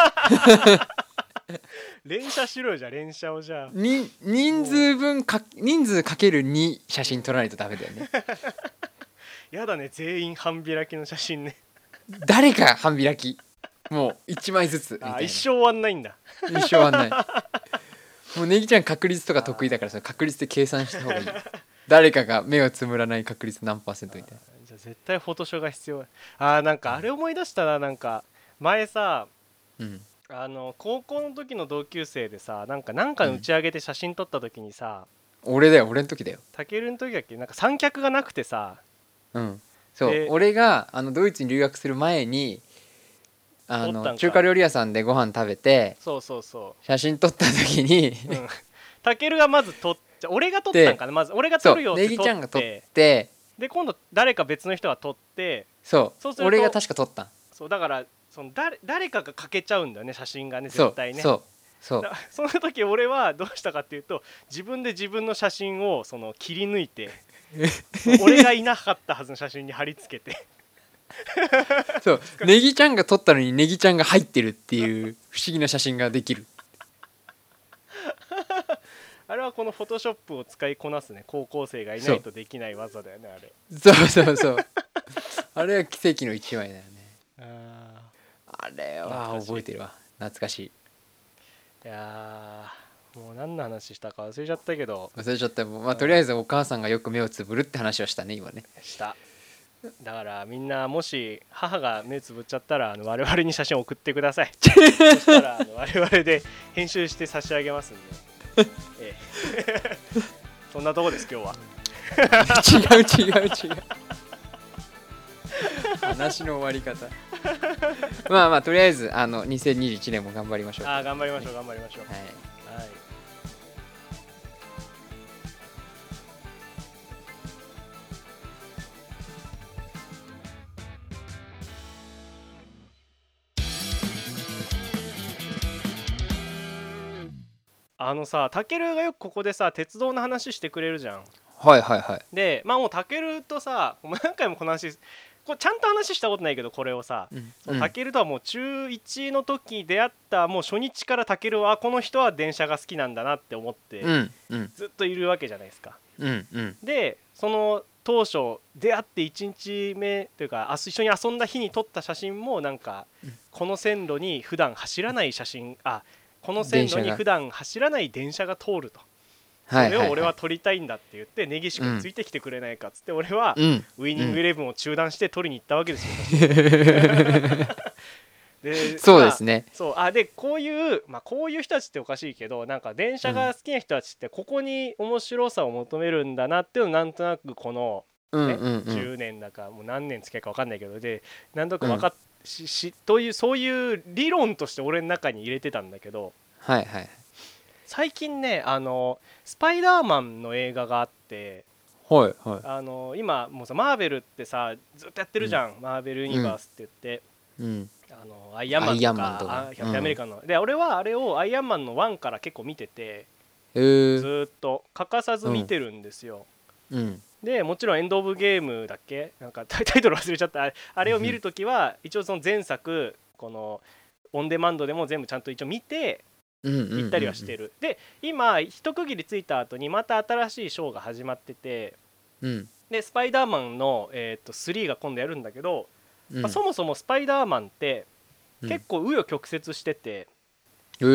連写しろよ、じゃあ連写をじゃあに人数分か人数かけるに写真撮らないとダメだよねやだね、全員半開きの写真ね誰か半開きもういちまいずつみたいな。 あ、一生終わんないんだ。 一生はないもうネギちゃん確率とか得意だからその確率で計算した方がいい誰かが目をつむらない確率何パーセントみたいな。 じゃあ絶対フォトショーが必要。あーなんかあれ思い出したな、なんか前さうんあの高校の時の同級生でさ、なんかなんかの打ち上げで写真撮った時にさ、 俺だよ俺の時だよ。 たけるの時だっけ、なんか三脚がなくてさ、 うんそうで俺があのドイツに留学する前にあ撮ったんかの中華料理屋さんでご飯食べてそうそうそ写真撮った時にう、うん、たけるがまず撮っじゃ俺が撮ったんかな、まず俺が撮そうネるよって撮ってギちゃんが撮ってで今度誰か別の人が撮って、 そうそうすると俺が確か撮ったん。 そうだからその誰誰かが欠けちゃうんだよね、写真がね、 そう絶対ね。 そうそうだその時俺はどうしたかっていうと、自分で自分の写真をその切り抜いて俺がいなかったはずの写真に貼り付けてそうネギちゃんが撮ったのにネギちゃんが入ってるっていう不思議な写真ができるあれはこのフォトショップを使いこなすね高校生がいないとできない技だよね、あれ。 そうそうそうあれは奇跡の一枚だよね。 ああれは覚えてるわ、懐かしい。 ーいやーもう何の話したか忘れちゃったけど忘れちゃったもう、まあ、とりあえずお母さんがよく目をつぶるって話をしたね今ね。 しただからみんなもし母が目つぶっちゃったらあの我々に写真送ってくださいそしたらあの我々で編集して差し上げますんで、ええ、そんなとこです今日は。 違う違う違う話の終わり方まあまあとりあえずあのにせんにじゅういちねんも頑張りましょう。 あー頑張りましょう頑張りましょう。 はいはいあのさ、たけるがよくここでさ鉄道の話してくれるじゃん。 はいはいはいでまあもうたけるとさもう何回もこの話これちゃんと話したことないけどこれをさうんたけるとはもう中いちの時出会ったもう初日からたけるはこの人は電車が好きなんだなって思ってうんうんずっといるわけじゃないですか。 うんうんでその当初出会っていちにちめというかあ一緒に遊んだ日に撮った写真もなんかこの線路に普段走らない写真あこの線路に普段走らない電車が通るとそれを俺は撮りたいんだって言って根岸君ついてきてくれないかっつって俺はうんウイニングイレブンを中断して撮りに行ったわけですよ。でそうですね。 まあそうあでこういうまあこういう人たちっておかしいけどなんか電車が好きな人たちってここに面白さを求めるんだなっていうのをなんとなくこのうんねうんうんじゅうねんだかもう何年付き合いか分かんないけどで何となく分かっししというそういう理論として俺の中に入れてたんだけどはいはい最近ねあのスパイダーマンの映画があって、 はいはい。 あの今もうさマーベルってさずっとやってるじゃん、うん、マーベルユニバースって言って、うん、あのアイアンマンとかとかキャプテンアメリカの、うん、で俺はあれをアイアンマンのワンから結構見てて、えー、ずっと欠かさず見てるんですよ、うん、でもちろんエンドオブゲームだっけなんかタイトル忘れちゃった。あれを見るときは一応その前作このオンデマンドでも全部ちゃんと一応見て行ったりはしてる。で今一区切りついた後にまた新しいショーが始まってて、うん、でスパイダーマンの、えー、とスリーが今度やるんだけど、うんまあ、そもそもスパイダーマンって結構紆余曲折してて、うん、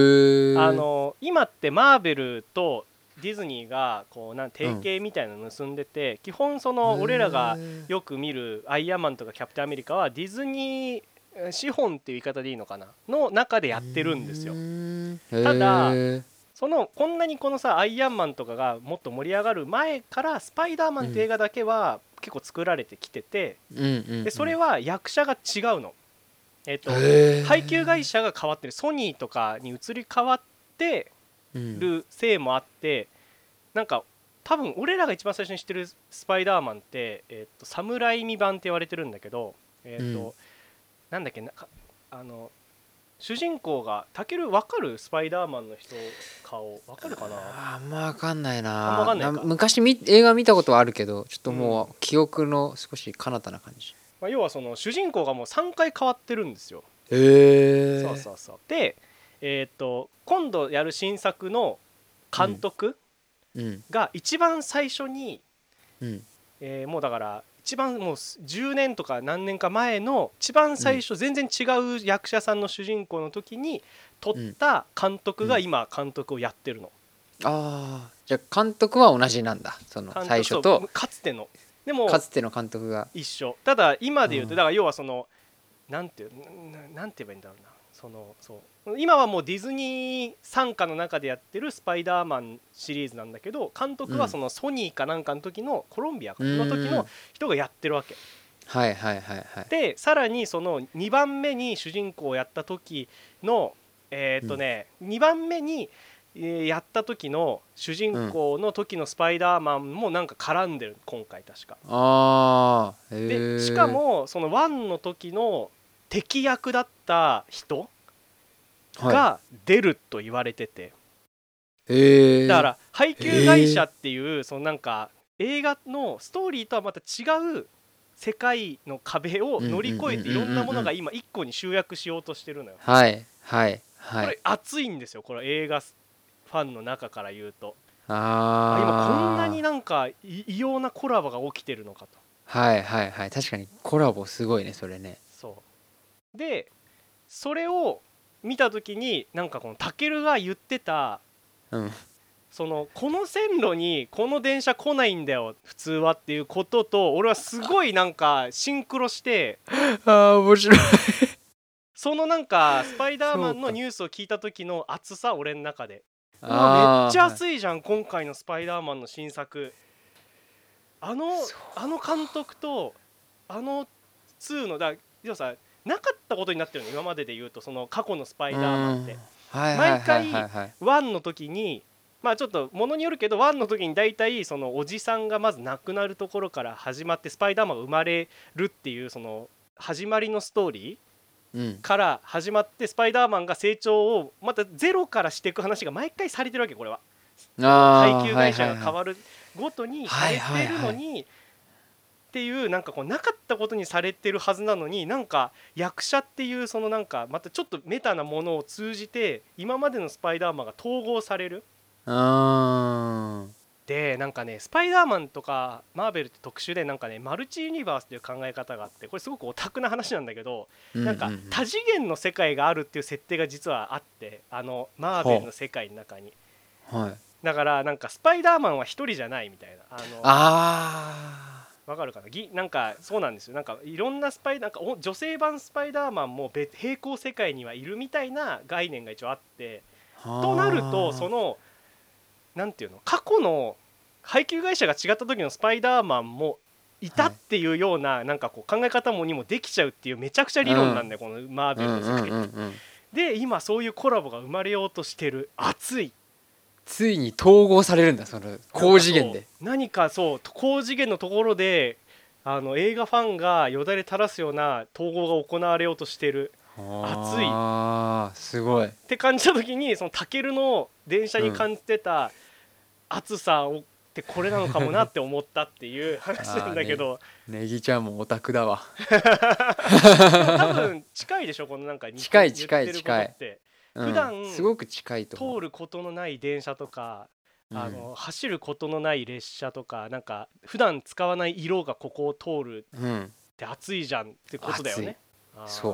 あの今ってマーベルとディズニーがこうなん提携みたいなの結んでて、うん、基本その俺らがよく見るアイアンマンとかキャプテンアメリカはディズニー資本っていう言い方でいいのかなの中でやってるんですよ。ただそのこんなにこのさアイアンマンとかがもっと盛り上がる前からスパイダーマンって映画だけは結構作られてきてて、うん、でそれは役者が違うの。えーと配給会社が変わってる、ソニーとかに移り変わってるせいもあって、なんか多分俺らが一番最初に知ってるスパイダーマンって、えー、とサムライミ版って言われてるんだけど、えーとうん、なんだっけなあの主人公がタケル分かる？スパイダーマンの人顔分かるかな？ あんま分かんないな。 あんま分かんないか。 昔み映画見たことはあるけどちょっともう記憶の少し彼方な感じ、 まあ、要はその主人公がもうさんかい変わってるんですよ。 へえ。 そうそうそう。で、えー、と今度やる新作の監督が一番最初に、うんえー、もうだから一番もうじゅうねんとか何年か前の一番最初、うん、全然違う役者さんの主人公の時に撮った監督が今監督をやってるの、 うん、ああじゃあ監督は同じなんだ。その最初とかつてのでもかつての監督が一緒。ただ今で言うとだから要はそのなんてなんて言えばいいんだろうな、そのそう今はもうディズニー傘下の中でやってるスパイダーマンシリーズなんだけど、監督はそのソニーかなんかの時のコロンビアの時の人がやってるわけ。 はいはいはいはい。 でさらにそのにばんめに主人公をやった時のえーっとね、うん、にばんめにやった時の主人公の時のスパイダーマンもなんか絡んでる今回確か。 ああでしかもそのワンの時の敵役だった人が出ると言われてて、はい、だから配給会社っていうそのなんか映画のストーリーとはまた違う世界の壁を乗り越えていろんなものが今一個に集約しようとしてるのよ。 はいはいはい。 これ熱いんですよ、これ映画ファンの中から言うと。 ああ今こんなになんか異様なコラボが起きてるのかと。 はいはいはい。確かにコラボすごいねそれね。 そうでそれを見た時になんかこのタケルが言ってた、うん、そのこの線路にこの電車来ないんだよ普通はっていうことと俺はすごいなんかシンクロしてあー面白いそのなんかスパイダーマンのニュースを聞いた時の熱さ俺の中でうわめっちゃ熱いじゃん、はい、今回のスパイダーマンの新作あのあの監督とあのツーのだでもさなかったことになってるの今までで言うとその過去のスパイダーマンって毎回ワンの時にまあちょっとものによるけどワンの時に大体そのおじさんがまず亡くなるところから始まってスパイダーマンが生まれるっていうその始まりのストーリーから始まってスパイダーマンが成長をまたゼロからしていく話が毎回されてるわけ。これは配給会社が変わるごとにされてるのにっていうなんかこうなかったことにされてるはずなのになんか役者っていうそのなんかまたちょっとメタなものを通じて今までのスパイダーマンが統合される。 あでなんかねスパイダーマンとかマーベルって特殊でなんかねマルチユニバースという考え方があってこれすごくオタクな話なんだけど、うんうんうん、なんか多次元の世界があるっていう設定が実はあってあのマーベルの世界の中に、 はい、 だからなんかスパイダーマンは一人じゃないみたいなあのあわかるかなぎなんかそうなんですよ。なんかいろんなスパイなんか女性版スパイダーマンも別平行世界にはいるみたいな概念が一応あってとなるとそのなんていうの過去の配給会社が違った時のスパイダーマンもいたっていうような、はい、なんかこう考え方もにもできちゃうっていうめちゃくちゃ理論なんだよ、うん、このマーベルの世界って、うんうんうんうん、で今そういうコラボが生まれようとしてる。熱いついに統合されるんだ、その高次元で。 何かそう高次元のところであの映画ファンがよだれ垂らすような統合が行われようとしてる、熱いあーすごいって感じた時に、そのタケルの電車に感じてた熱さをってこれなのかもなって思ったっていう話なんだけど、 ネギちゃんもオタクだわ。 多分近いでしょ、このなんか近い近い言ってることって、 うん、 普段すごく近いと思う。 通ることのない電車とか、 うんあの走ることのない列車とか、なんか普段使わない色がここを通るうんって熱いじゃんってことだよね。あーそう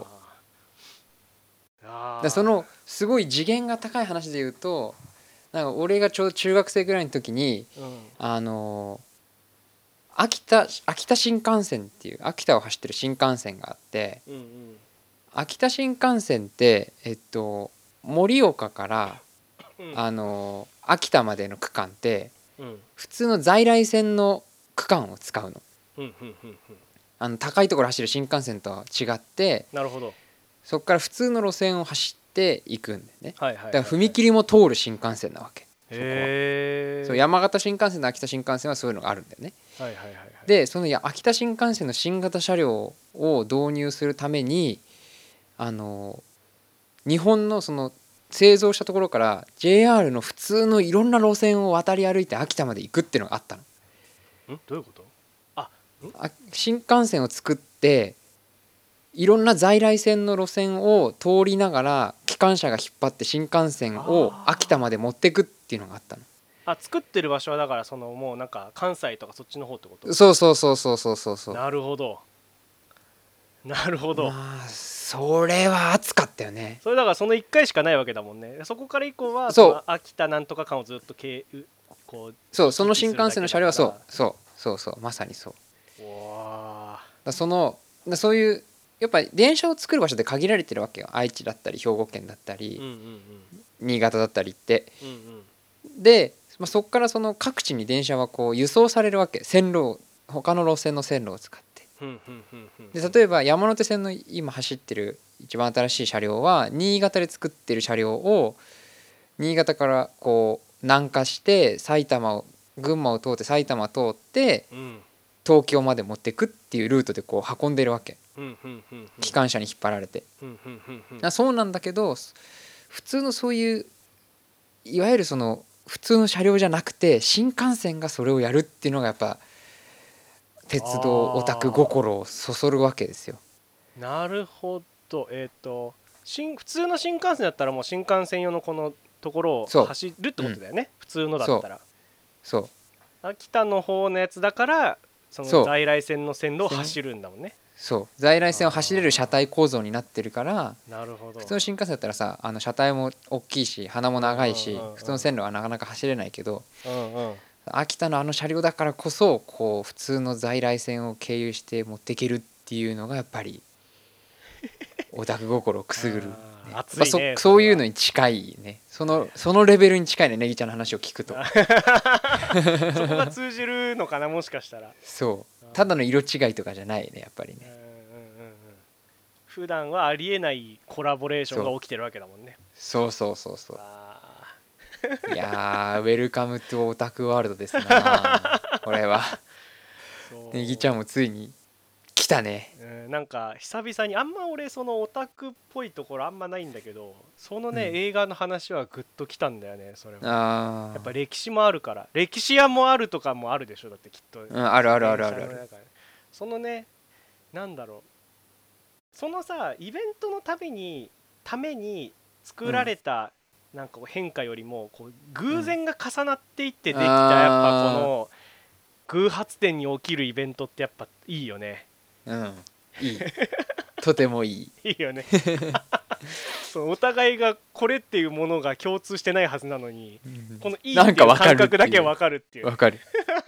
あーだそのすごい次元が高い話で言うと、なんか俺がちょうど中学生ぐらいの時にうんあのー秋田秋田新幹線っていう秋田を走ってる新幹線があって、 うんうん秋田新幹線ってえっと盛岡からうんあのー秋田までの区間ってうん普通の在来線の区間を使うの。 うんうんうんうんあの高いところ走る新幹線とは違って、 なるほど。 そこから普通の路線を走っていくんだよね。 はいはいはい、 だから踏切も通る新幹線なわけ。 へーそう山形新幹線と秋田新幹線はそういうのがあるんだよね。 はいはいはいはい、 でそのや秋田新幹線の新型車両を導入するためにあの日本のその製造したところから ジェイアール の普通のいろんな路線を渡り歩いて秋田まで行くっていうのがあったの。 んどういうこと？ああ新幹線を作っていろんな在来線の路線を通りながら機関車が引っ張って新幹線を秋田まで持ってくっていうのがあったの。 あ作ってる場所はだからそのもうなんか関西とかそっちの方ってこと？ そうそうそうそうそうそうそう。 なるほどなるほど、 まあそれは熱かったよね。 それだからそのいっかいしかないわけだもんね。そこから以降はそうその秋田なんとか間をずっと経由こうそうその新幹線の車両はそう行き来そうそうそうまさにそう。 するだけだから。うわだそのだそういうやっぱり電車を作る場所で限られてるわけよ。愛知だったり兵庫県だったり、 ーうんうんうん新潟だったりってうんうんで、まあ、そこからその各地に電車はこう輸送されるわけ。線路を他の路線の線路を使ってふんふんふんふんで例えば山手線の今走ってる一番新しい車両は新潟で作ってる車両を新潟からこう南下して埼玉を群馬を通って埼玉を通ってうん東京まで持ってくっていうルートでこう運んでるわけ。 ふんふんふんふん機関車に引っ張られてふんふんふんふんあそうなんだけど普通のそういういわゆるその普通の車両じゃなくて新幹線がそれをやるっていうのがやっぱ鉄道オタク心をそそるわけですよ。 なるほど。えっ、と新普通の新幹線だったらもう新幹線用のこのところそうを走るってことだよね、普通のだったら。 そう秋田の方のやつだからそそうの在来線の線路を走るんだもんね。 そう在来線を走れる車体構造になってるからなるほど。 普通の新幹線だったらさあの車体も大きいし鼻も長いしうんうんうん普通の線路はなかなか走れないけどうんうん秋田のあの車両だからこそこう普通の在来線を経由して持っていけるっていうのがやっぱりオタク心をくすぐる、ねあー熱いねまあそそれはそういうのに近いねそのそのレベルに近いねネギちゃんの話を聞くとそこが通じるのかなもしかしたら。 そうただの色違いとかじゃないねやっぱりねうんうんうんうん普段はありえないコラボレーションが起きてるわけだもんね。 そうそうそうそうあいやーウェルカムトゥオタクワールドですなこれはーそうネギちゃんもついに来たね。 うんなんか久々にあんま俺そのオタクっぽいところあんまないんだけどそのね、 うん映画の話はグッときたんだよね。それはあやっぱ歴史もあるから歴史屋もあるとかもあるでしょだってきっと、 うんあるあるあるあるある電車の中でそのねなんだろうそのさイベントのためにために作られた、なんかこう変化よりもこう偶然が重なっていってできた、 うんやっぱあーこの偶発点に起きるイベントってやっぱいいよね。 うんいいとてもいいいいよねそうお互いがこれっていうものが共通してないはずなのにこのいいっていうなんかわかる感覚だけ分かるっていう。 わかる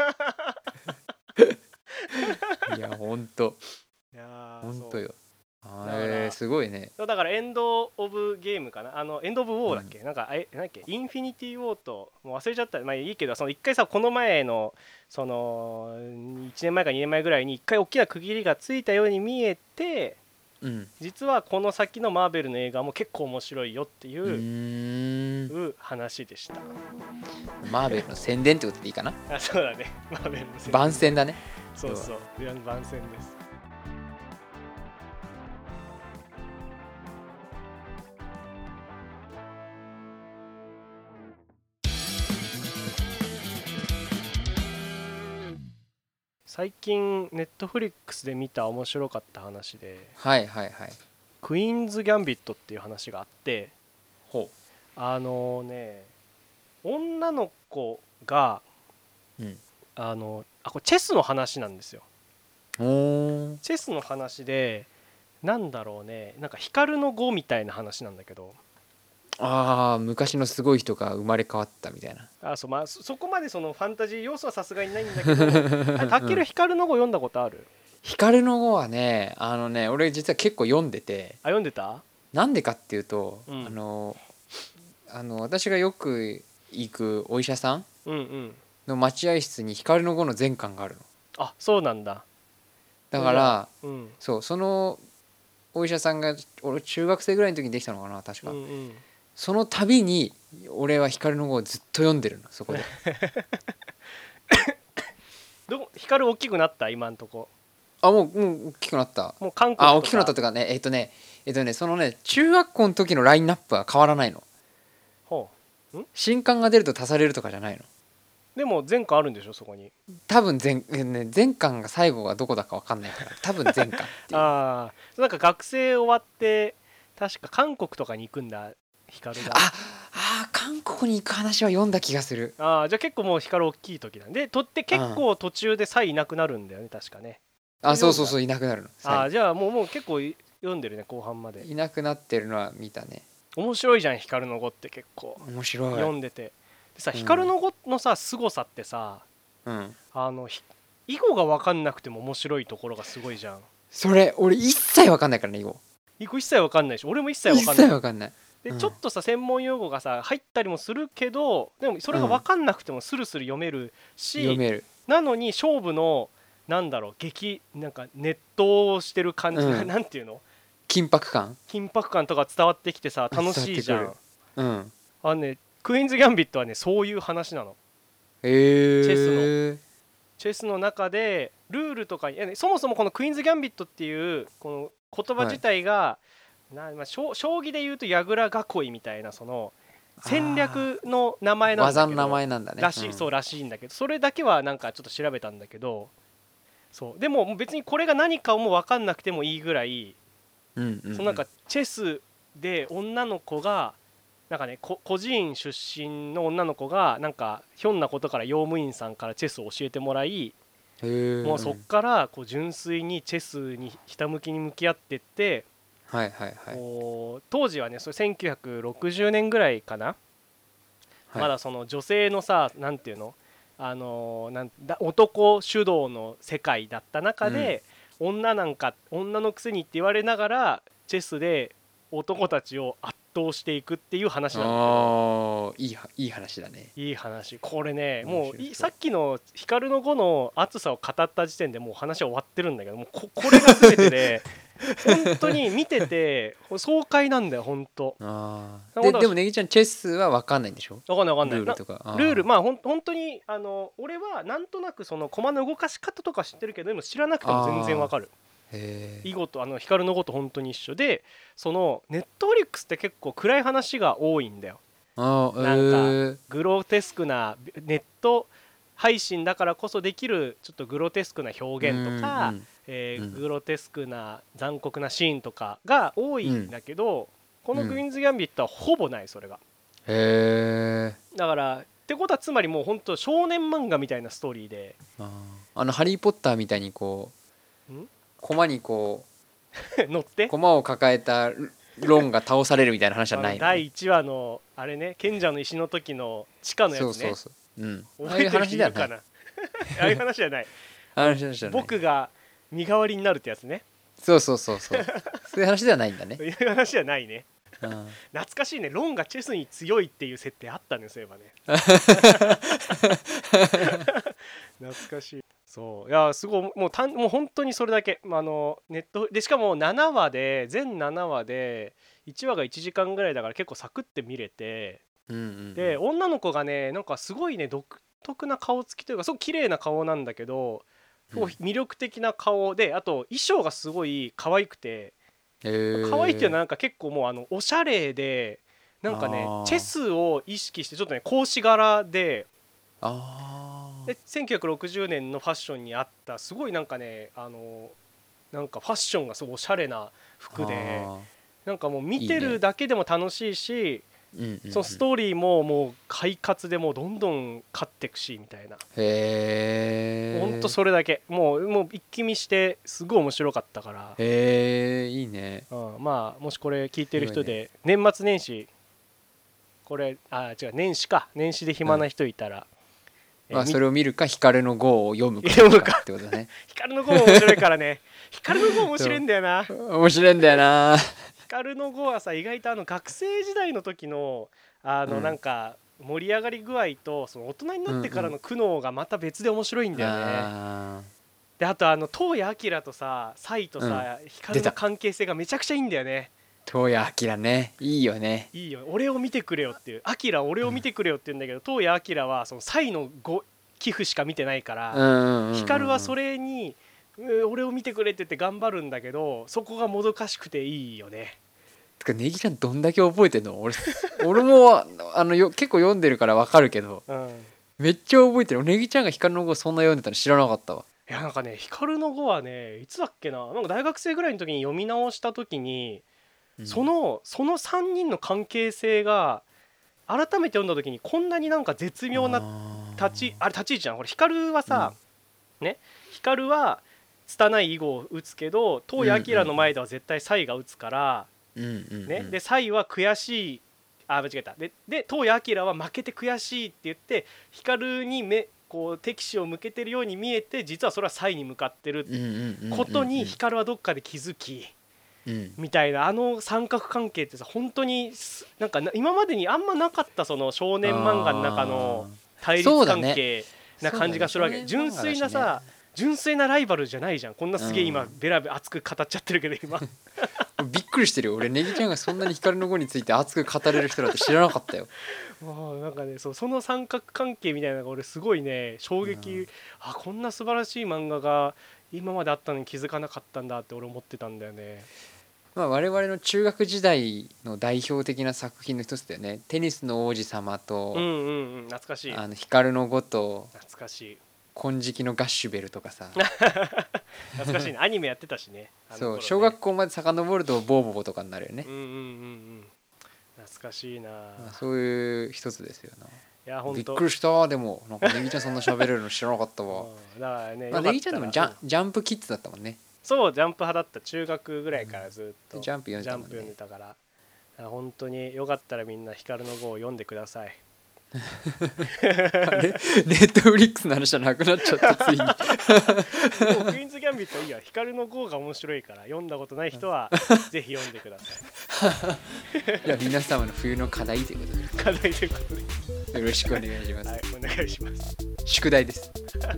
いやほんといやーほんとよあだかられすごいねそうだからエンド・オブ・ゲームかなあのエンド・オブ・ウォーだっけ、なんかえなんだっけインフィニティ・ウォーともう忘れちゃったまあいいけどその一回さこの前のそのいちねんまえかにねんまえぐらいに一回大きな区切りがついたように見えてうん、 実はこの先のマーベルの映画も結構面白いよっていううーん話でした。 マーベルの宣伝ってことでいいかな。 あ、そうだね、マーベルの宣伝番宣だね。 そうそう、番宣です。最近ネットフリックスで見た面白かった話で、 はいはいはい。 クイーンズ・ギャンビットっていう話があって、 ほあのね女の子が、 う、うん、 あのあこれチェスの話なんですよ。 おーチェスの話で、なんだろうね、なんか光の碁みたいな話なんだけど、 ああ昔のすごい人が生まれ変わったみたいな。 あそう、まあ、そそこまでそのファンタジー要素はさすがにないんだけど、あタケル光の碁読んだことある？ 光の碁はね、あのね俺実は結構読んでて、 あ、読んでた？ なんでかっていうと、 うんあのあの私がよく行くお医者さんうんうん。 の待合室に光の碁の全巻があるの。 あ、そうなんだ。 だからうん、 そうそのお医者さんが俺中学生ぐらいの時にできたのかな確か、 うんうん。 その度に俺は光の碁をずっと読んでるのそこで。 どこ光大きくなった今んとこ？ あもうもう大きくなった。 もう韓国とか。 あ大きくなったとかねえっとねえっとねそのね中学校の時のラインナップは変わらないの。 ほう。ん新刊が出ると足されるとかじゃないの。 でも前回あるんでしょそこに？ 多分前、ね、前巻が最後がどこだか分かんないから多分前巻っていうああ、なんか学生終わって確か韓国とかに行くんだ光が。 ああ韓国に行く話は読んだ気がする。 ああ、じゃあ結構もう光大きい時なんで、とって結構途中でサイいなくなるんだよね確かね。 あそうそうそういなくなるの。 ああ、じゃあもうもう結構読んでるね後半まで。 いなくなってるのは見たね。 面白いじゃん光の碁って結構面白い。 読んでて。でさ、 うん光の碁のさ凄さってさ、 うんあのひ囲碁が分かんなくても面白いところがすごいじゃん。 それ俺一切分かんないからね囲碁。 囲碁一切分かんないし、俺も一切一分かんない。 切分かんない。 で、 うんちょっとさ専門用語がさ入ったりもするけど、でもそれが分かんなくてもスルスル読めるし、 読める。 なのに勝負のなんだろう激なんか熱闘してる感じ、 うんなんていうの、 緊迫感緊迫感とか伝わってきてさ楽しいじゃん。 伝わってくる。うんあのねクイーンズ・ギャンビットはねそういう話なの。 へえチェスのチェスの中でルールとかいや、ね、そもそもこのクイーンズ・ギャンビットっていうこの言葉自体が、なまあ、将将棋でいうと矢倉囲いみたいなその戦略の名前なんだけど、 技の名前なんだね。 らしい、 うんそうらしいんだけど、それだけはなんかちょっと調べたんだけど、そうでも別にこれが何かも分かんなくてもいいぐらい、 うんうんうん、 そのなんかチェスで女の子がなんかねこ孤児院出身の女の子がなんかひょんなことから用務員さんからチェスを教えてもらい、 へーもうそっからこう純粋にチェスにひたむきに向き合ってって、 はいはいはい、 こう当時はねそれせんきゅうひゃくろくじゅうねんぐらいかな、 はい、 まだその女性のさなんていうの、あのなんだ男主導の世界だった中で、うん、女なんか女のくせにって言われながらチェスで男たちを圧倒していくっていう話なんだけど、 いいいい話だね。 いい話これね、もうさっきの光の碁の熱さを語った時点でもう話は終わってるんだけども、ここれが全てで本当に見てて爽快なんだよ本当。 あででもネギちゃんチェスは分かんないんでしょ？ 分かんない分かんないルールとか。 ルールまあほん本当にあの俺はなんとなくその駒の動かし方とか知ってるけど、でも知らなくても全然分かる。囲碁とあの光の碁と本当に一緒で、そのネットフリックスって結構暗い話が多いんだよ。 あーなんかグロテスクなネット配信だからこそできるちょっとグロテスクな表現とか、うんうんえーうん、グロテスクな残酷なシーンとかが多いんだけど、うん、このクイーンズ・ギャンビットはほぼないそれが。 へーだからってことはつまりもう本当少年漫画みたいなストーリーで、 ああのハリー・ポッターみたいにこう駒にこう乗って駒を抱えたロンが倒されるみたいな話じゃないの、ね、 だいいちわのあれね賢者の石の時の地下のやつね。 そうそうそう、うん、 覚えてる人いるかな。ああいう話じゃない僕が身代わりになるってやつね。 そうそうそうそうそういう話ではないんだね。 そういう話じゃないね。 うん、 懐かしいね。ロンがチェスに強いっていう設定あったんですよ今ね。 懐かしい。そういやすごいもうたんもう本当にそれだけ、まあ、あのネットでしかもななわで全ななわでいちわがいちじかんぐらいだから結構サクって見れて、 うんうんうん、 で女の子がねなんかすごいね独特な顔つきというかすごく綺麗な顔なんだけどすごい魅力的な顔で、あと衣装がすごい可愛くて、 へー可愛いっていうのはなんか結構もうあのおしゃれでなんかねあーチェスを意識してちょっとね格子柄であでせんきゅうひゃくろくじゅうねんのファッションにあったすごいなんかねあのなんかファッションがすごいおしゃれな服で、 あなんかもう見てるだけでも楽しいし、 ーうんうんうん、 そのストーリーももう快活でもうどんどん勝ってくしみたいな、 へえほんとそれだけもうもう一気見してすごい面白かったから、 へえいいね。 うん、まあもしこれ聞いてる人すごいで年末年始これあ違う年始か年始で暇な人いたら、えまあ、 みそれを見るか光の碁を読むか読むかってことね。 光の碁も面白いからね光の碁面白いんだよな。 面白いんだよな。 光の碁はさ意外とあの学生時代の時のあのうんなんか盛り上がり具合とその大人になってからの苦悩がまた別で面白いんだよね。 あであとあの東谷明とさサイとさ、光の関係性がめちゃくちゃいいんだよね。 東谷明ねいいよね。 いいよ俺を見てくれよっていう明俺を見てくれよって言うんだけど、東谷明はそのサイのご寄付しか見てないから、 うんうんうんうん、 光はそれにう俺を見てくれって言って頑張るんだけどそこがもどかしくていいよね。 てかネギちゃんどんだけ覚えてんの？俺俺もあのよ結構読んでるから分かるけど、 うん、 めっちゃ覚えてる。ネギちゃんが光の碁そんな読んでたの知らなかったわ。 いやなんかね光の碁はねいつだっけな、なんか大学生ぐらいの時に読み直した時に、 うん、 そのそのさんにんの関係性が改めて読んだ時にこんなになんか絶妙な立ちあれ立ち位置じゃん。これ光はさ、うん、ね光は拙い囲碁を打つけど東谷明の前では絶対サイが打つから、 うんうんうん、 ね、でサイは悔しいあ間違えたでで東谷明は負けて悔しいって言って光に目こう敵視を向けてるように見えて実はそれはサイに向かってることに光はどっかで気づき、うん、みたいなあの三角関係ってさ本当になんか今までにあんまなかったその少年漫画の中の対立関係な感じがするわけ、ね、純粋なさ純粋なライバルじゃないじゃん。こんなすげえ今ベラベラ熱く語っちゃってるけど今びっくりしてるよ俺。ネギちゃんがそんなに光の碁について熱く語れる人だって知らなかったよ。 もうなんかね そ, その三角関係みたいなのが俺すごいね衝撃、うん、あこんな素晴らしい漫画が今まであったのに気づかなかったんだって俺思ってたんだよね。 まあ、我々の中学時代の代表的な作品の一つだよね。テニスの王子様と、 うんうんうん、懐かしい。 あの光の碁と懐かしい金色のガッシュベルとかさ懐かしいねアニメやってたしね。 そう、小学校まで遡るとボーボボとかになるよね。 うんうんうんうん懐かしいな、 まあ、そういう一つですよな。 いや本当びっくりしたでもなんかネギちゃんそんな喋れるの知らなかったわ、 うん、だからね、 まあ、ネギちゃんでもジャン、うん、ジャンプキッズだったもんね。 そうジャンプ派だった中学ぐらいからずっと、 うん、ジャンプ読んでたもんね。 ジャンプ読んでたから、本当によかったらみんな光の碁を読んでくださいネットフリックスの話じゃなくなっちゃったついにもうクイーンズギャンビットいいや光の碁が面白いから読んだことない人はぜひ読んでください。いや皆様の冬の課題ということで課題ということでよろしくお願いします。 はいお願いします。 宿題です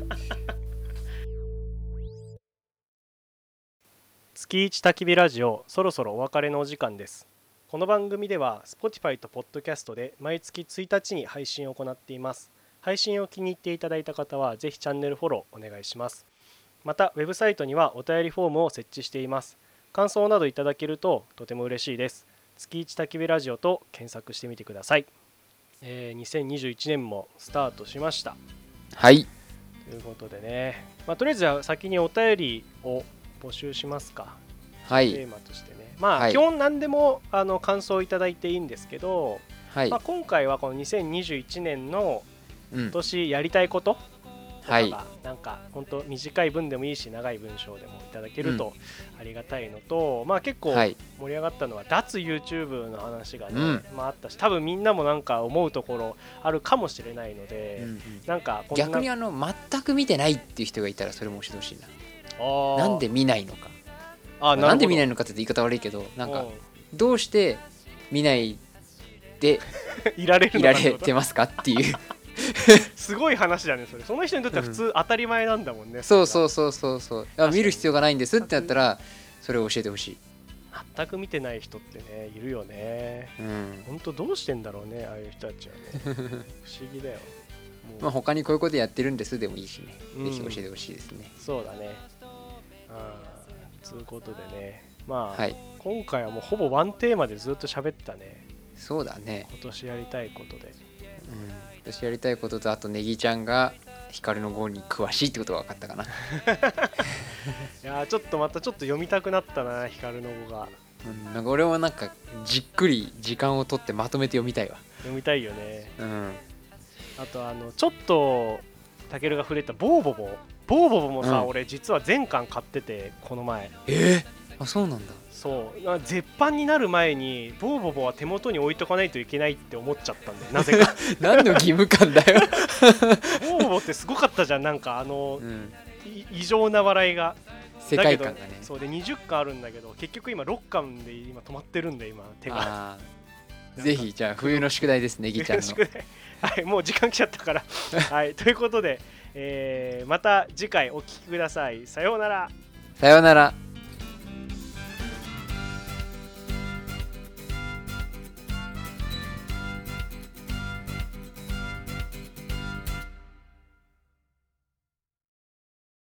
月一焚き火ラジオそろそろお別れのお時間です。この番組では Spotify と Podcast で毎月ついたちに配信を行っています。配信を気に入っていただいた方はぜひチャンネルフォローお願いします。またウェブサイトにはお便りフォームを設置しています。感想などいただけるととても嬉しいです。月一焚き火ラジオと検索してみてください。えー、にせんにじゅういちねんもスタートしました。 はいということでね、まあ、とりあえずは先にお便りを募集しますか。 はいテーマとしてねまあ、 はい、 基本何でもあの感想いただいていいんですけど、 はいまあ、今回はこのにせんにじゅういちねんの今年やりたいこととかが、 はい、 なんか本当短い文でもいいし長い文章でもいただけるとありがたいのと、うん、まあ結構盛り上がったのは脱 YouTube の話がね、うんまあ、あったし多分みんなもなんか思うところあるかもしれないので、うんうん、なんかこんな逆にあの全く見てないっていう人がいたらそれも教えてほしいな。なんで見ないのか。あな, なんで見ないのかって言い方悪いけどなんかどうして見ないでいられるいられてますかっていうすごい話だねそれ。その人にとっては普通当たり前なんだもんね。 そうそうそうそうそう。あ見る必要がないんですってなったらそれを教えてほしい。 全く見てない人ってねいるよね。 うん。 ほんとどうしてんだろうねああいう人たちはね。不思議だよ。もうまあ他にこういうことやってるんですでもいいしね。 うんぜひ教えてほしいですね。 そうだね。ああということでねまあ、 はい。 今回はもうほぼワンテーマでずっと喋ったね。 そうだね。 今年やりたいことで。 うん。私やりたいこととあとネギちゃんが光の碁に詳しいってことが分かったかな。 いやーちょっとまたちょっと読みたくなったな光の碁が。 うん、なんか俺もなんかじっくり時間を取ってまとめて読みたいわ。 読みたいよね。 うん。 あとあのちょっとたけるが触れたボーボボボーボボもさ、 うん俺実は全巻買っててこの前。 えー、あそうなんだ。 そうな絶版になる前にボーボボは手元に置いとかないといけないって思っちゃったんだよなぜか。 何の義務感だよ。 ボーボボってすごかったじゃんなんかあの、 うん、 い異常な笑いが。 世界観がね。 そうでにじゅっかんあるんだけど結局今ろっかんで今止まってるんで今手が。 あぜひじゃあ冬の宿題ですねぎちゃんの。 はいもう時間来ちゃったから。はいということで、えーまた次回お聞きください。さようなら。 さようなら。